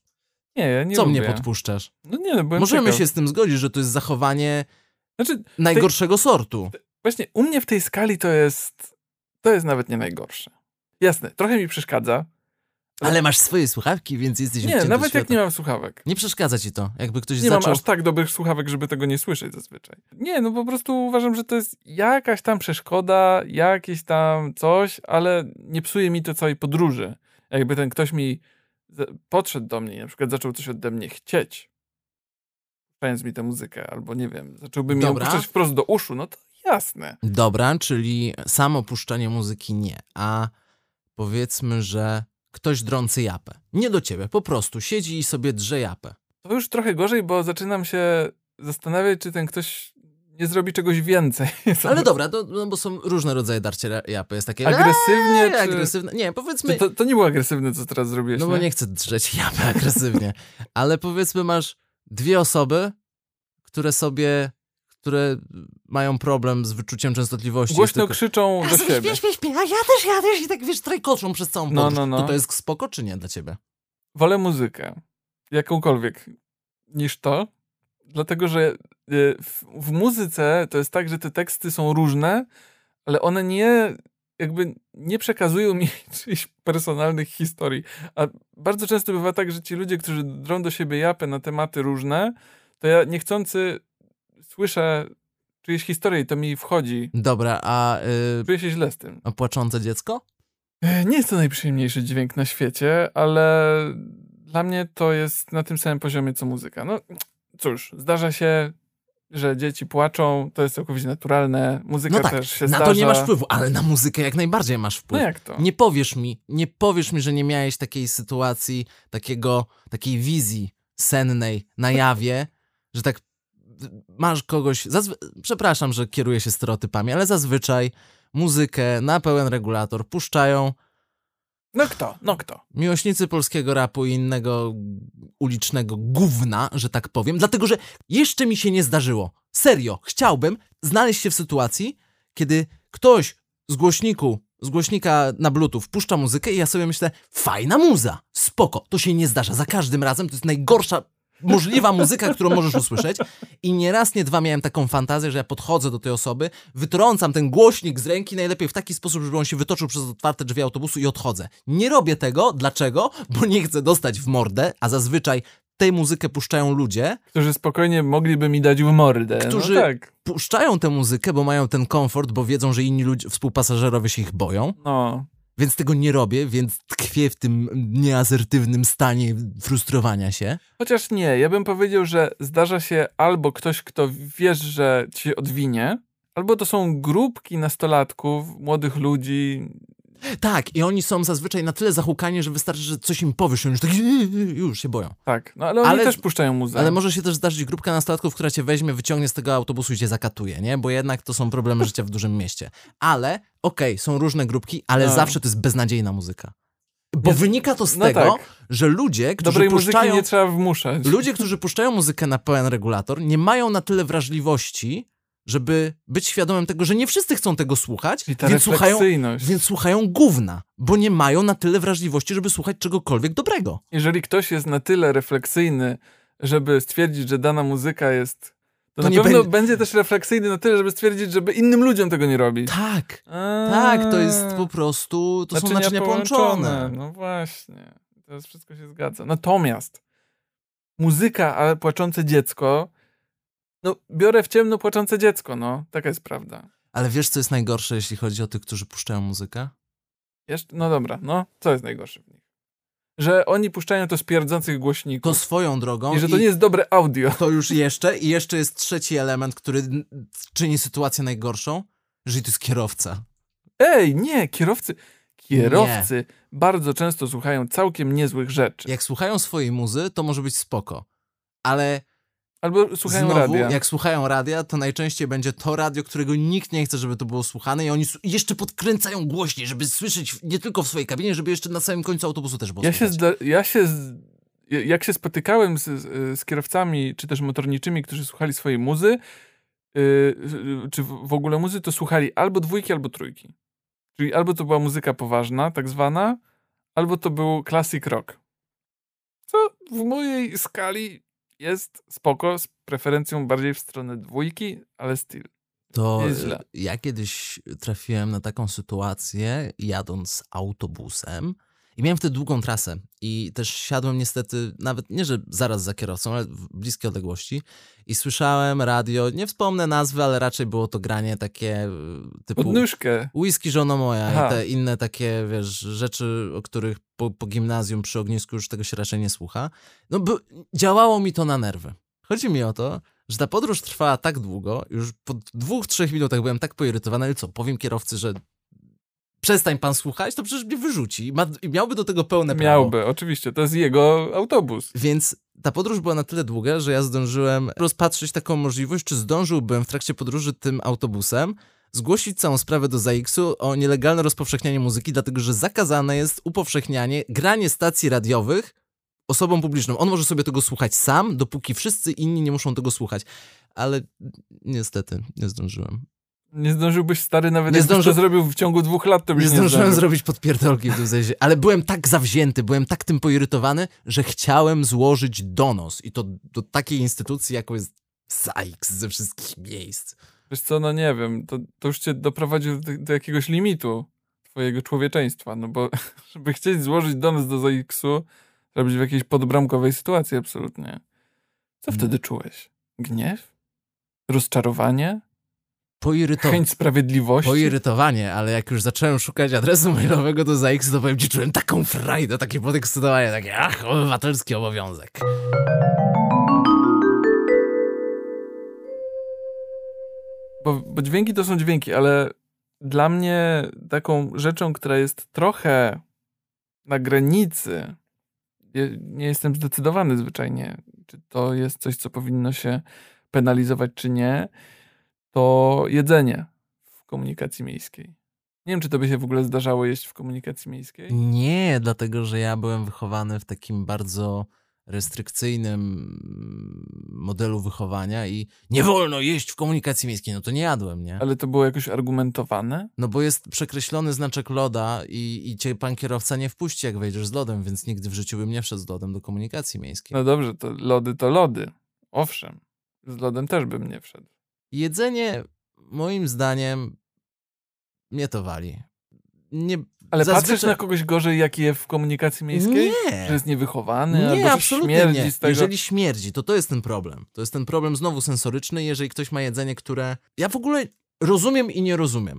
Nie, ja nie Co lubię. mnie podpuszczasz? No nie, no byłem Możemy ciekaw. się z tym zgodzić, że to jest zachowanie Znaczy, najgorszego sortu. Właśnie u mnie w tej skali to jest to jest nawet nie najgorsze. Jasne, trochę mi przeszkadza. Ale masz swoje słuchawki, więc jesteś Nie, odcięty nawet od świata. jak nie mam słuchawek. Nie przeszkadza ci to, jakby ktoś Nie zaczął... mam aż tak dobrych słuchawek, żeby tego nie słyszeć zazwyczaj. Nie, no po prostu uważam, że to jest jakaś tam przeszkoda, jakieś tam coś, ale nie psuje mi to całej podróży. Jakby ten ktoś mi podszedł do mnie i na przykład zaczął coś ode mnie chcieć, puszczając mi tę muzykę, albo nie wiem, zacząłby mi ją Dobra. puszczać wprost do uszu, no to jasne. Dobra, czyli samo puszczanie muzyki nie, a powiedzmy, że ktoś drący japę. Nie do ciebie, po prostu siedzi i sobie drze japę. To już trochę gorzej, bo zaczynam się zastanawiać, czy ten ktoś nie zrobi czegoś więcej. Ale dobra, to, no bo są różne rodzaje darcia japy. Jest takie... Agresywnie, eee, czy... agresywne. Nie, powiedzmy... To, to nie było agresywne, co teraz zrobiłeś, No bo nie? nie chcę drzeć japy agresywnie. Ale powiedzmy masz dwie osoby, które sobie... które mają problem z wyczuciem częstotliwości. Głośno tylko... krzyczą do siebie. Śpię, śpię, śpię, a ja też, ja też i tak wiesz, trajkoczą przez całą No, podróż. no, no. To to jest spoko czy nie dla ciebie? Wolę muzykę. Jakąkolwiek. Niż to. Dlatego, że y, w, w muzyce to jest tak, że te teksty są różne, ale one nie jakby nie przekazują mi czyichś personalnych historii. A bardzo często bywa tak, że ci ludzie, którzy drą do siebie japę na tematy różne, to ja niechcący słyszę czyjeś historie i to mi wchodzi. Dobra, a... Yy, Czuję się źle z tym. a płaczące dziecko? Nie jest to najprzyjemniejszy dźwięk na świecie, ale dla mnie to jest na tym samym poziomie co muzyka. No cóż, zdarza się, że dzieci płaczą, to jest całkowicie naturalne. Muzyka No tak, też się na zdarza. to nie masz wpływu, ale na muzykę jak najbardziej masz No wpływ. jak to? Nie powiesz mi, nie powiesz mi, że nie miałeś takiej sytuacji, takiego, takiej wizji sennej na jawie, że tak masz kogoś, zazwy... przepraszam, że kieruję się stereotypami, ale zazwyczaj muzykę na pełen regulator puszczają No kto? No kto? miłośnicy polskiego rapu i innego ulicznego gówna, że tak powiem, dlatego, że jeszcze mi się nie zdarzyło. Serio, chciałbym znaleźć się w sytuacji, kiedy ktoś z głośniku, z głośnika na bluetooth puszcza muzykę i ja sobie myślę, fajna muza, spoko, to się nie zdarza. Za każdym razem to jest najgorsza możliwa muzyka, którą możesz usłyszeć. I nie raz, nie dwa miałem taką fantazję, że ja podchodzę do tej osoby, wytrącam ten głośnik z ręki, najlepiej w taki sposób, żeby on się wytoczył przez otwarte drzwi autobusu i odchodzę. Nie robię tego. Dlaczego? Bo nie chcę dostać w mordę, a zazwyczaj tę muzykę puszczają ludzie, Którzy spokojnie mogliby mi dać w mordę. którzy No tak. puszczają tę muzykę, bo mają ten komfort, bo wiedzą, że inni ludzie, współpasażerowie się ich boją. No. Więc tego nie robię, więc tkwię w tym nieasertywnym stanie frustrowania się. Chociaż nie, ja bym powiedział, że zdarza się albo ktoś, kto wiesz, że ci się odwinie, albo to są grupki nastolatków, młodych ludzi. Tak, i oni są zazwyczaj na tyle zahukani, że wystarczy, że coś im powiesz, i oni już tak już się boją. Tak, no ale oni Ale- też puszczają muzykę. Ale może się też zdarzyć grupka nastolatków, która cię weźmie, wyciągnie z tego autobusu i cię zakatuje, nie? Bo jednak to są problemy życia w dużym mieście. Ale, okej, są różne grupki, ale No. zawsze to jest beznadziejna muzyka. Bo Jest- wynika to z no tego, tak. że ludzie, którzy Dobrej puszczają... muzyki nie trzeba wmuszać. Ludzie, którzy puszczają muzykę na pełen regulator, nie mają na tyle wrażliwości, żeby być świadomym tego, że nie wszyscy chcą tego słuchać, I ta więc słuchają, refleksyjność. więc słuchają gówna, bo nie mają na tyle wrażliwości, żeby słuchać czegokolwiek dobrego. Jeżeli ktoś jest na tyle refleksyjny, żeby stwierdzić, że dana muzyka jest... To, To na nie pewno bę- będzie też refleksyjny na tyle, żeby stwierdzić, żeby innym ludziom tego nie robić. Tak, A, tak, to jest po prostu, to są naczynia połączone. No właśnie. To wszystko się zgadza. Natomiast muzyka, ale płaczące dziecko, no biorę w ciemno płaczące dziecko, no. Taka jest prawda. Ale wiesz, co jest najgorsze, jeśli chodzi o tych, którzy puszczają muzykę? Jeszcze, no dobra, no. Co jest najgorsze w nich? Że oni puszczają to z pierdzących To głośników. swoją drogą. I że to i nie jest dobre audio. to już jeszcze. I jeszcze jest trzeci element, który n- czyni sytuację najgorszą, że to jest kierowca. Ej, nie, kierowcy... Kierowcy bardzo często słuchają całkiem niezłych rzeczy. Jak słuchają swojej muzy, to może być spoko. Ale Albo słuchają znowu, radia. jak słuchają radia, to najczęściej będzie to radio, którego nikt nie chce, żeby to było słuchane i oni s- jeszcze podkręcają głośniej, żeby słyszeć nie tylko w swojej kabinie, żeby jeszcze na samym końcu autobusu też było Ja się, słychać. zda- ja się z- jak się spotykałem z, z, z kierowcami, czy też motorniczymi, którzy słuchali swojej muzy, yy, yy, czy w, w ogóle muzy, to słuchali albo dwójki, albo trójki. Czyli albo to była muzyka poważna, tak zwana, albo to był classic rock. Co w mojej skali jest spoko, z preferencją bardziej w stronę dwójki, ale still. To Jest źle. ja kiedyś trafiłem na taką sytuację, jadąc autobusem i miałem wtedy długą trasę i też siadłem niestety, nawet nie, że zaraz za kierowcą, ale w bliskiej odległości i słyszałem radio, nie wspomnę nazwy, ale raczej było to granie takie typu Podnóżkę. Whisky żono moja Aha. i te inne takie, wiesz, rzeczy, o których po, po gimnazjum przy ognisku już tego się raczej nie słucha. No bo działało mi to na nerwy. Chodzi mi o to, że ta podróż trwała tak długo, już po dwóch, trzech minutach byłem tak poirytowany, ale co, powiem kierowcy, że przestań pan słuchać, to przecież mnie wyrzuci i, ma, i miałby do tego pełne prawo. Miałby, oczywiście, to jest jego autobus. Więc ta podróż była na tyle długa, że ja zdążyłem rozpatrzyć taką możliwość, czy zdążyłbym w trakcie podróży tym autobusem zgłosić całą sprawę do ZAIKS-u o nielegalne rozpowszechnianie muzyki, dlatego że zakazane jest upowszechnianie, granie stacji radiowych osobom publiczną. On może sobie tego słuchać sam, dopóki wszyscy inni nie muszą tego słuchać. Ale niestety nie zdążyłem. Nie zdążyłbyś, stary, nawet Nie jakbyś zdąży... to zrobił w ciągu dwóch lat, to byś nie nie zdążyłem zdążył. zrobić podpierdolki w tym sensie. Ale byłem tak zawzięty, byłem tak tym poirytowany, że chciałem złożyć donos. I to do takiej instytucji, jaką jest ZAIKS ze wszystkich miejsc. Wiesz co, no nie wiem, to, to już cię doprowadził do, do jakiegoś limitu twojego człowieczeństwa, no bo żeby chcieć złożyć donos do ZAIKS-u, trzeba być w jakiejś podbramkowej sytuacji absolutnie. Co wtedy czułeś? Gniew? Rozczarowanie? Poirytowanie. Chęć sprawiedliwości? Poirytowanie, ale jak już zacząłem szukać adresu mailowego do ZAIKS, to powiem ci, czułem taką frajdę, takie podekscytowanie, takie ach, obywatelski obowiązek. Bo, bo dźwięki to są dźwięki, ale dla mnie taką rzeczą, która jest trochę na granicy, nie, nie jestem zdecydowany zwyczajnie, czy to jest coś, co powinno się penalizować, czy nie, to jedzenie w komunikacji miejskiej. Nie wiem, czy to by się w ogóle zdarzało jeść w komunikacji miejskiej. Nie, dlatego że ja byłem wychowany w takim bardzo restrykcyjnym modelu wychowania i nie wolno jeść w komunikacji miejskiej, no to nie jadłem, nie? Ale to było jakoś argumentowane? No bo jest przekreślony znaczek loda i, i cię pan kierowca nie wpuści, jak wejdziesz z lodem, więc nigdy w życiu bym nie wszedł z lodem do komunikacji miejskiej. No dobrze, to lody to lody. Owszem, z lodem też bym nie wszedł. Jedzenie, moim zdaniem, mnie to wali. Nie, Ale zazwyczaj... patrzysz na kogoś gorzej, jaki jest w komunikacji miejskiej? Nie. Że jest niewychowany? Nie, albo że absolutnie śmierdzi nie. z tego? Jeżeli śmierdzi, to to jest ten problem. To jest ten problem znowu sensoryczny, jeżeli ktoś ma jedzenie, które... Ja w ogóle rozumiem i nie rozumiem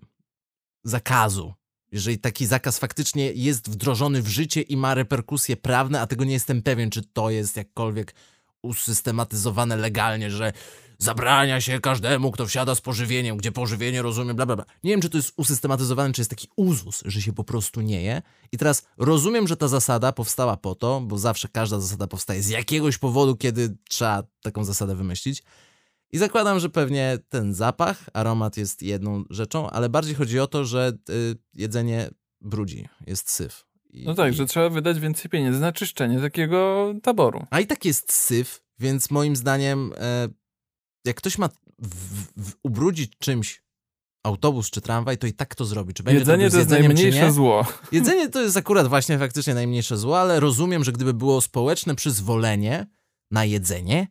zakazu. Jeżeli taki zakaz faktycznie jest wdrożony w życie i ma reperkusje prawne, a tego nie jestem pewien, czy to jest jakkolwiek usystematyzowane legalnie, że zabrania się każdemu, kto wsiada z pożywieniem, gdzie pożywienie rozumie, bla, bla, bla. Nie wiem, czy to jest usystematyzowane, czy jest taki uzus, że się po prostu nie je. I teraz rozumiem, że ta zasada powstała po to, bo zawsze każda zasada powstaje z jakiegoś powodu, kiedy trzeba taką zasadę wymyślić. I zakładam, że pewnie ten zapach, aromat jest jedną rzeczą, ale bardziej chodzi o to, że y, jedzenie brudzi, jest syf. I, No tak, i... że trzeba wydać więcej pieniędzy na czyszczenie takiego taboru. A i tak jest syf, więc moim zdaniem, e, jak ktoś ma w, w, ubrudzić czymś autobus czy tramwaj, to i tak to zrobi. Czy będzie Jedzenie to, to jest jedzeniem, najmniejsze zło. Jedzenie to jest akurat właśnie faktycznie najmniejsze zło, ale rozumiem, że gdyby było społeczne przyzwolenie na jedzenie,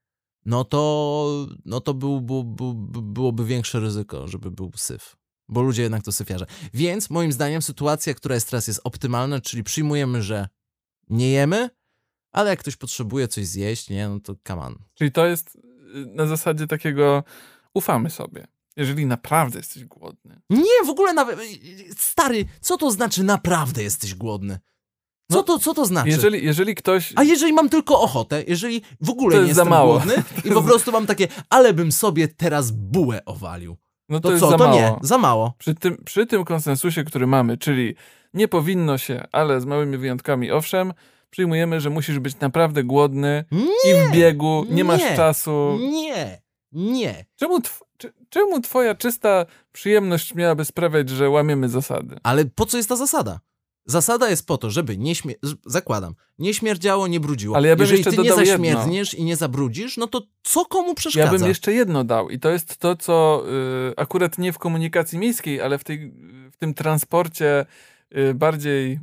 no to, no to był, był, był, byłoby większe ryzyko, żeby był syf. Bo ludzie jednak to syfiarze. Więc moim zdaniem sytuacja, która jest teraz, jest optymalna, czyli przyjmujemy, że nie jemy, ale jak ktoś potrzebuje coś zjeść, nie, no to come on. Czyli to jest na zasadzie takiego ufamy sobie. Jeżeli naprawdę jesteś głodny. Nie, w ogóle nawet... Stary, co to znaczy naprawdę jesteś głodny? Co, No, to, co to znaczy? Jeżeli, jeżeli ktoś... A jeżeli mam tylko ochotę, jeżeli w ogóle To nie jest za jestem mało. głodny i po prostu mam takie, ale bym sobie teraz bułę owalił. No to, To jest co? za To mało. nie, za mało. Przy tym, przy tym konsensusie, który mamy, czyli nie powinno się, ale z małymi wyjątkami owszem, przyjmujemy, że musisz być naprawdę głodny Nie, i w biegu, nie, nie, masz czasu. Nie, nie. Czemu, tw- czy, czemu twoja czysta przyjemność miałaby sprawiać, że łamiemy zasady? Ale po co jest ta zasada? Zasada jest po to, żeby nie śmie... zakładam, nie śmierdziało, nie brudziło. Ale ja bym Jeżeli jeszcze ty nie dodał zaśmierdniesz i nie zabrudzisz, no to co komu przeszkadza? Ja bym jeszcze jedno dał i to jest to, co y, akurat nie w komunikacji miejskiej, ale w, tej, w tym transporcie y, bardziej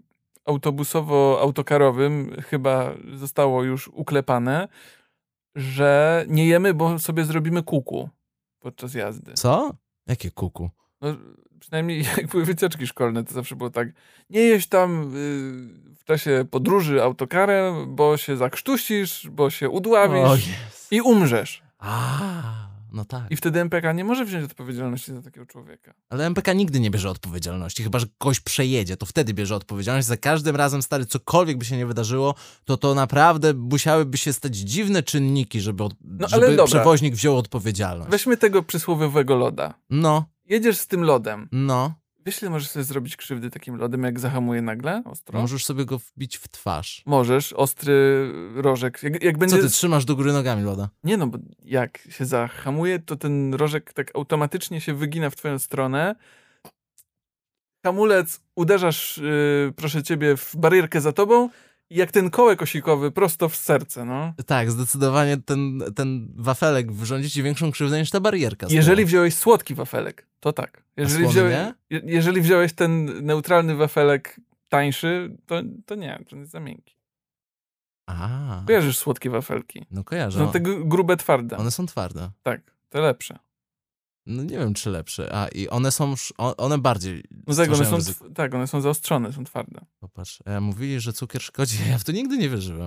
autobusowo-autokarowym chyba zostało już uklepane, że nie jemy, bo sobie zrobimy kuku podczas jazdy. Co? Jakie kuku? No, przynajmniej jak były wycieczki szkolne, to zawsze było tak, nie jeść tam y, w czasie podróży autokarem, bo się zakrztusisz, bo się udławisz O jest. i umrzesz. A, no tak. I wtedy M P K nie może wziąć odpowiedzialności za takiego człowieka. Ale M P K nigdy nie bierze odpowiedzialności, chyba że kogoś przejedzie, to wtedy bierze odpowiedzialność. Za każdym razem, stary, cokolwiek by się nie wydarzyło, to to naprawdę musiałyby się stać dziwne czynniki, żeby, od... No, żeby ale dobra. przewoźnik wziął odpowiedzialność. Weźmy tego przysłowiowego loda. No, Jedziesz z tym lodem. no. Wiesz, ile możesz sobie zrobić krzywdy takim lodem, jak zahamuje nagle ostro? Możesz sobie go wbić w twarz. Możesz, ostry rożek. Jak, jak będzie... Co ty trzymasz do góry nogami, loda? Nie no, bo jak się zahamuje, to ten rożek tak automatycznie się wygina w twoją stronę. Hamulec uderzasz, yy, proszę ciebie, w barierkę za tobą i jak ten kołek osikowy prosto w serce, no. Tak, zdecydowanie ten, ten wafelek wyrządzi ci większą krzywdę niż ta barierka. Jeżeli wziąłeś słodki wafelek, to tak. Jeżeli, A słony wziąłeś, nie? je- jeżeli wziąłeś ten neutralny wafelek tańszy, to, to nie, to jest za miękki. A, Kojarzysz słodkie wafelki? no kojarzę. Są te gr- grube, twarde. One są twarde. Tak, te lepsze. No nie wiem, czy lepsze. A, i one są, sz- o- one bardziej No tak, one stwarzają są, ryzyko. tw- tak, one są zaostrzone, są twarde. Popatrz, e, mówili, że cukier szkodzi, ja w to nigdy nie wierzyłem.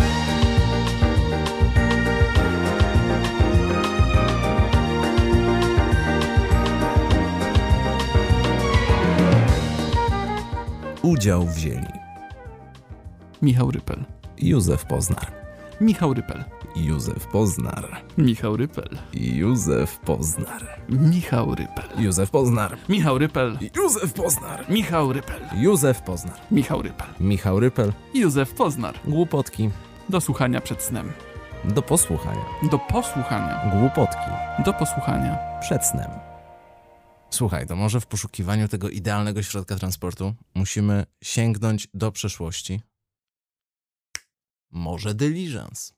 Udział wzięli Michał Rypel. Józef Poznar, Michał Rypel. Józef Poznar, Michał Rypel. Józef Poznar, Michał Rypel. Józef Poznar, Michał Rypel. Józef Poznar, Michał Rypel. Józef Poznar, Michał Rypel. Michał Rypel, Józef Poznar. Głupotki, Do słuchania przed snem. do posłuchania, Do posłuchania. Głupotki, Do posłuchania. przed snem. Słuchaj, to może w poszukiwaniu tego idealnego środka transportu musimy sięgnąć do przeszłości. Może dyliżans.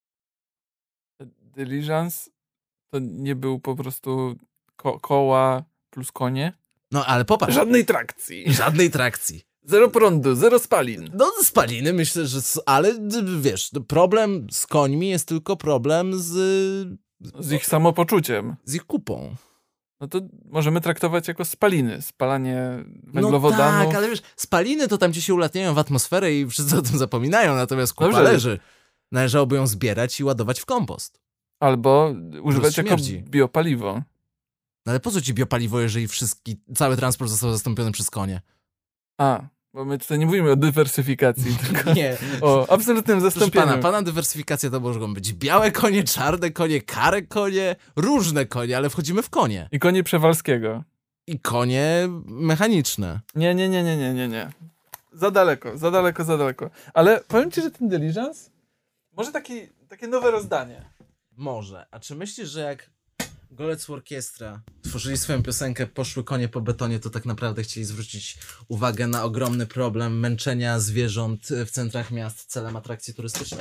Diligence to nie był po prostu ko- koła plus konie? No ale popatrz, Żadnej trakcji. żadnej trakcji. Zero prądu, zero spalin. No spaliny myślę, że... s- Ale d- wiesz, no, problem z końmi jest tylko problem z... Z ich samopoczuciem. z ich kupą. No to możemy traktować jako spaliny. Spalanie No węglowodanów. tak, ale wiesz, spaliny to tam gdzie się ulatniają w atmosferę i wszyscy o tym zapominają, natomiast kupa Dobrze. leży. Należałoby ją zbierać i ładować w kompost. Albo używać jako śmierdzi. biopaliwo. No ale po co ci biopaliwo, jeżeli wszystki, cały transport został zastąpiony przez konie? A, bo my tutaj nie mówimy o dywersyfikacji, tylko Nie. o absolutnym Proszę zastąpieniu. pana, pana dywersyfikacja to mogą być białe konie, czarne konie, kare konie, różne konie, ale wchodzimy w konie. I konie Przewalskiego. I konie mechaniczne. Nie, nie, nie, nie, nie, nie, nie. Za daleko, za daleko, za daleko. Ale powiem ci, że ten Diligence może taki, takie nowe rozdanie. Może. A czy myślisz, że jak Golec Orkiestra tworzyli swoją piosenkę Poszły konie po betonie, to tak naprawdę chcieli zwrócić uwagę na ogromny problem męczenia zwierząt w centrach miast celem atrakcji turystycznej?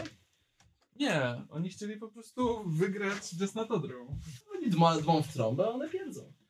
Nie, oni chcieli po prostu wygrać jazz nad Odrą. Oni dmą, dmą w trąbę, a one pierdzą.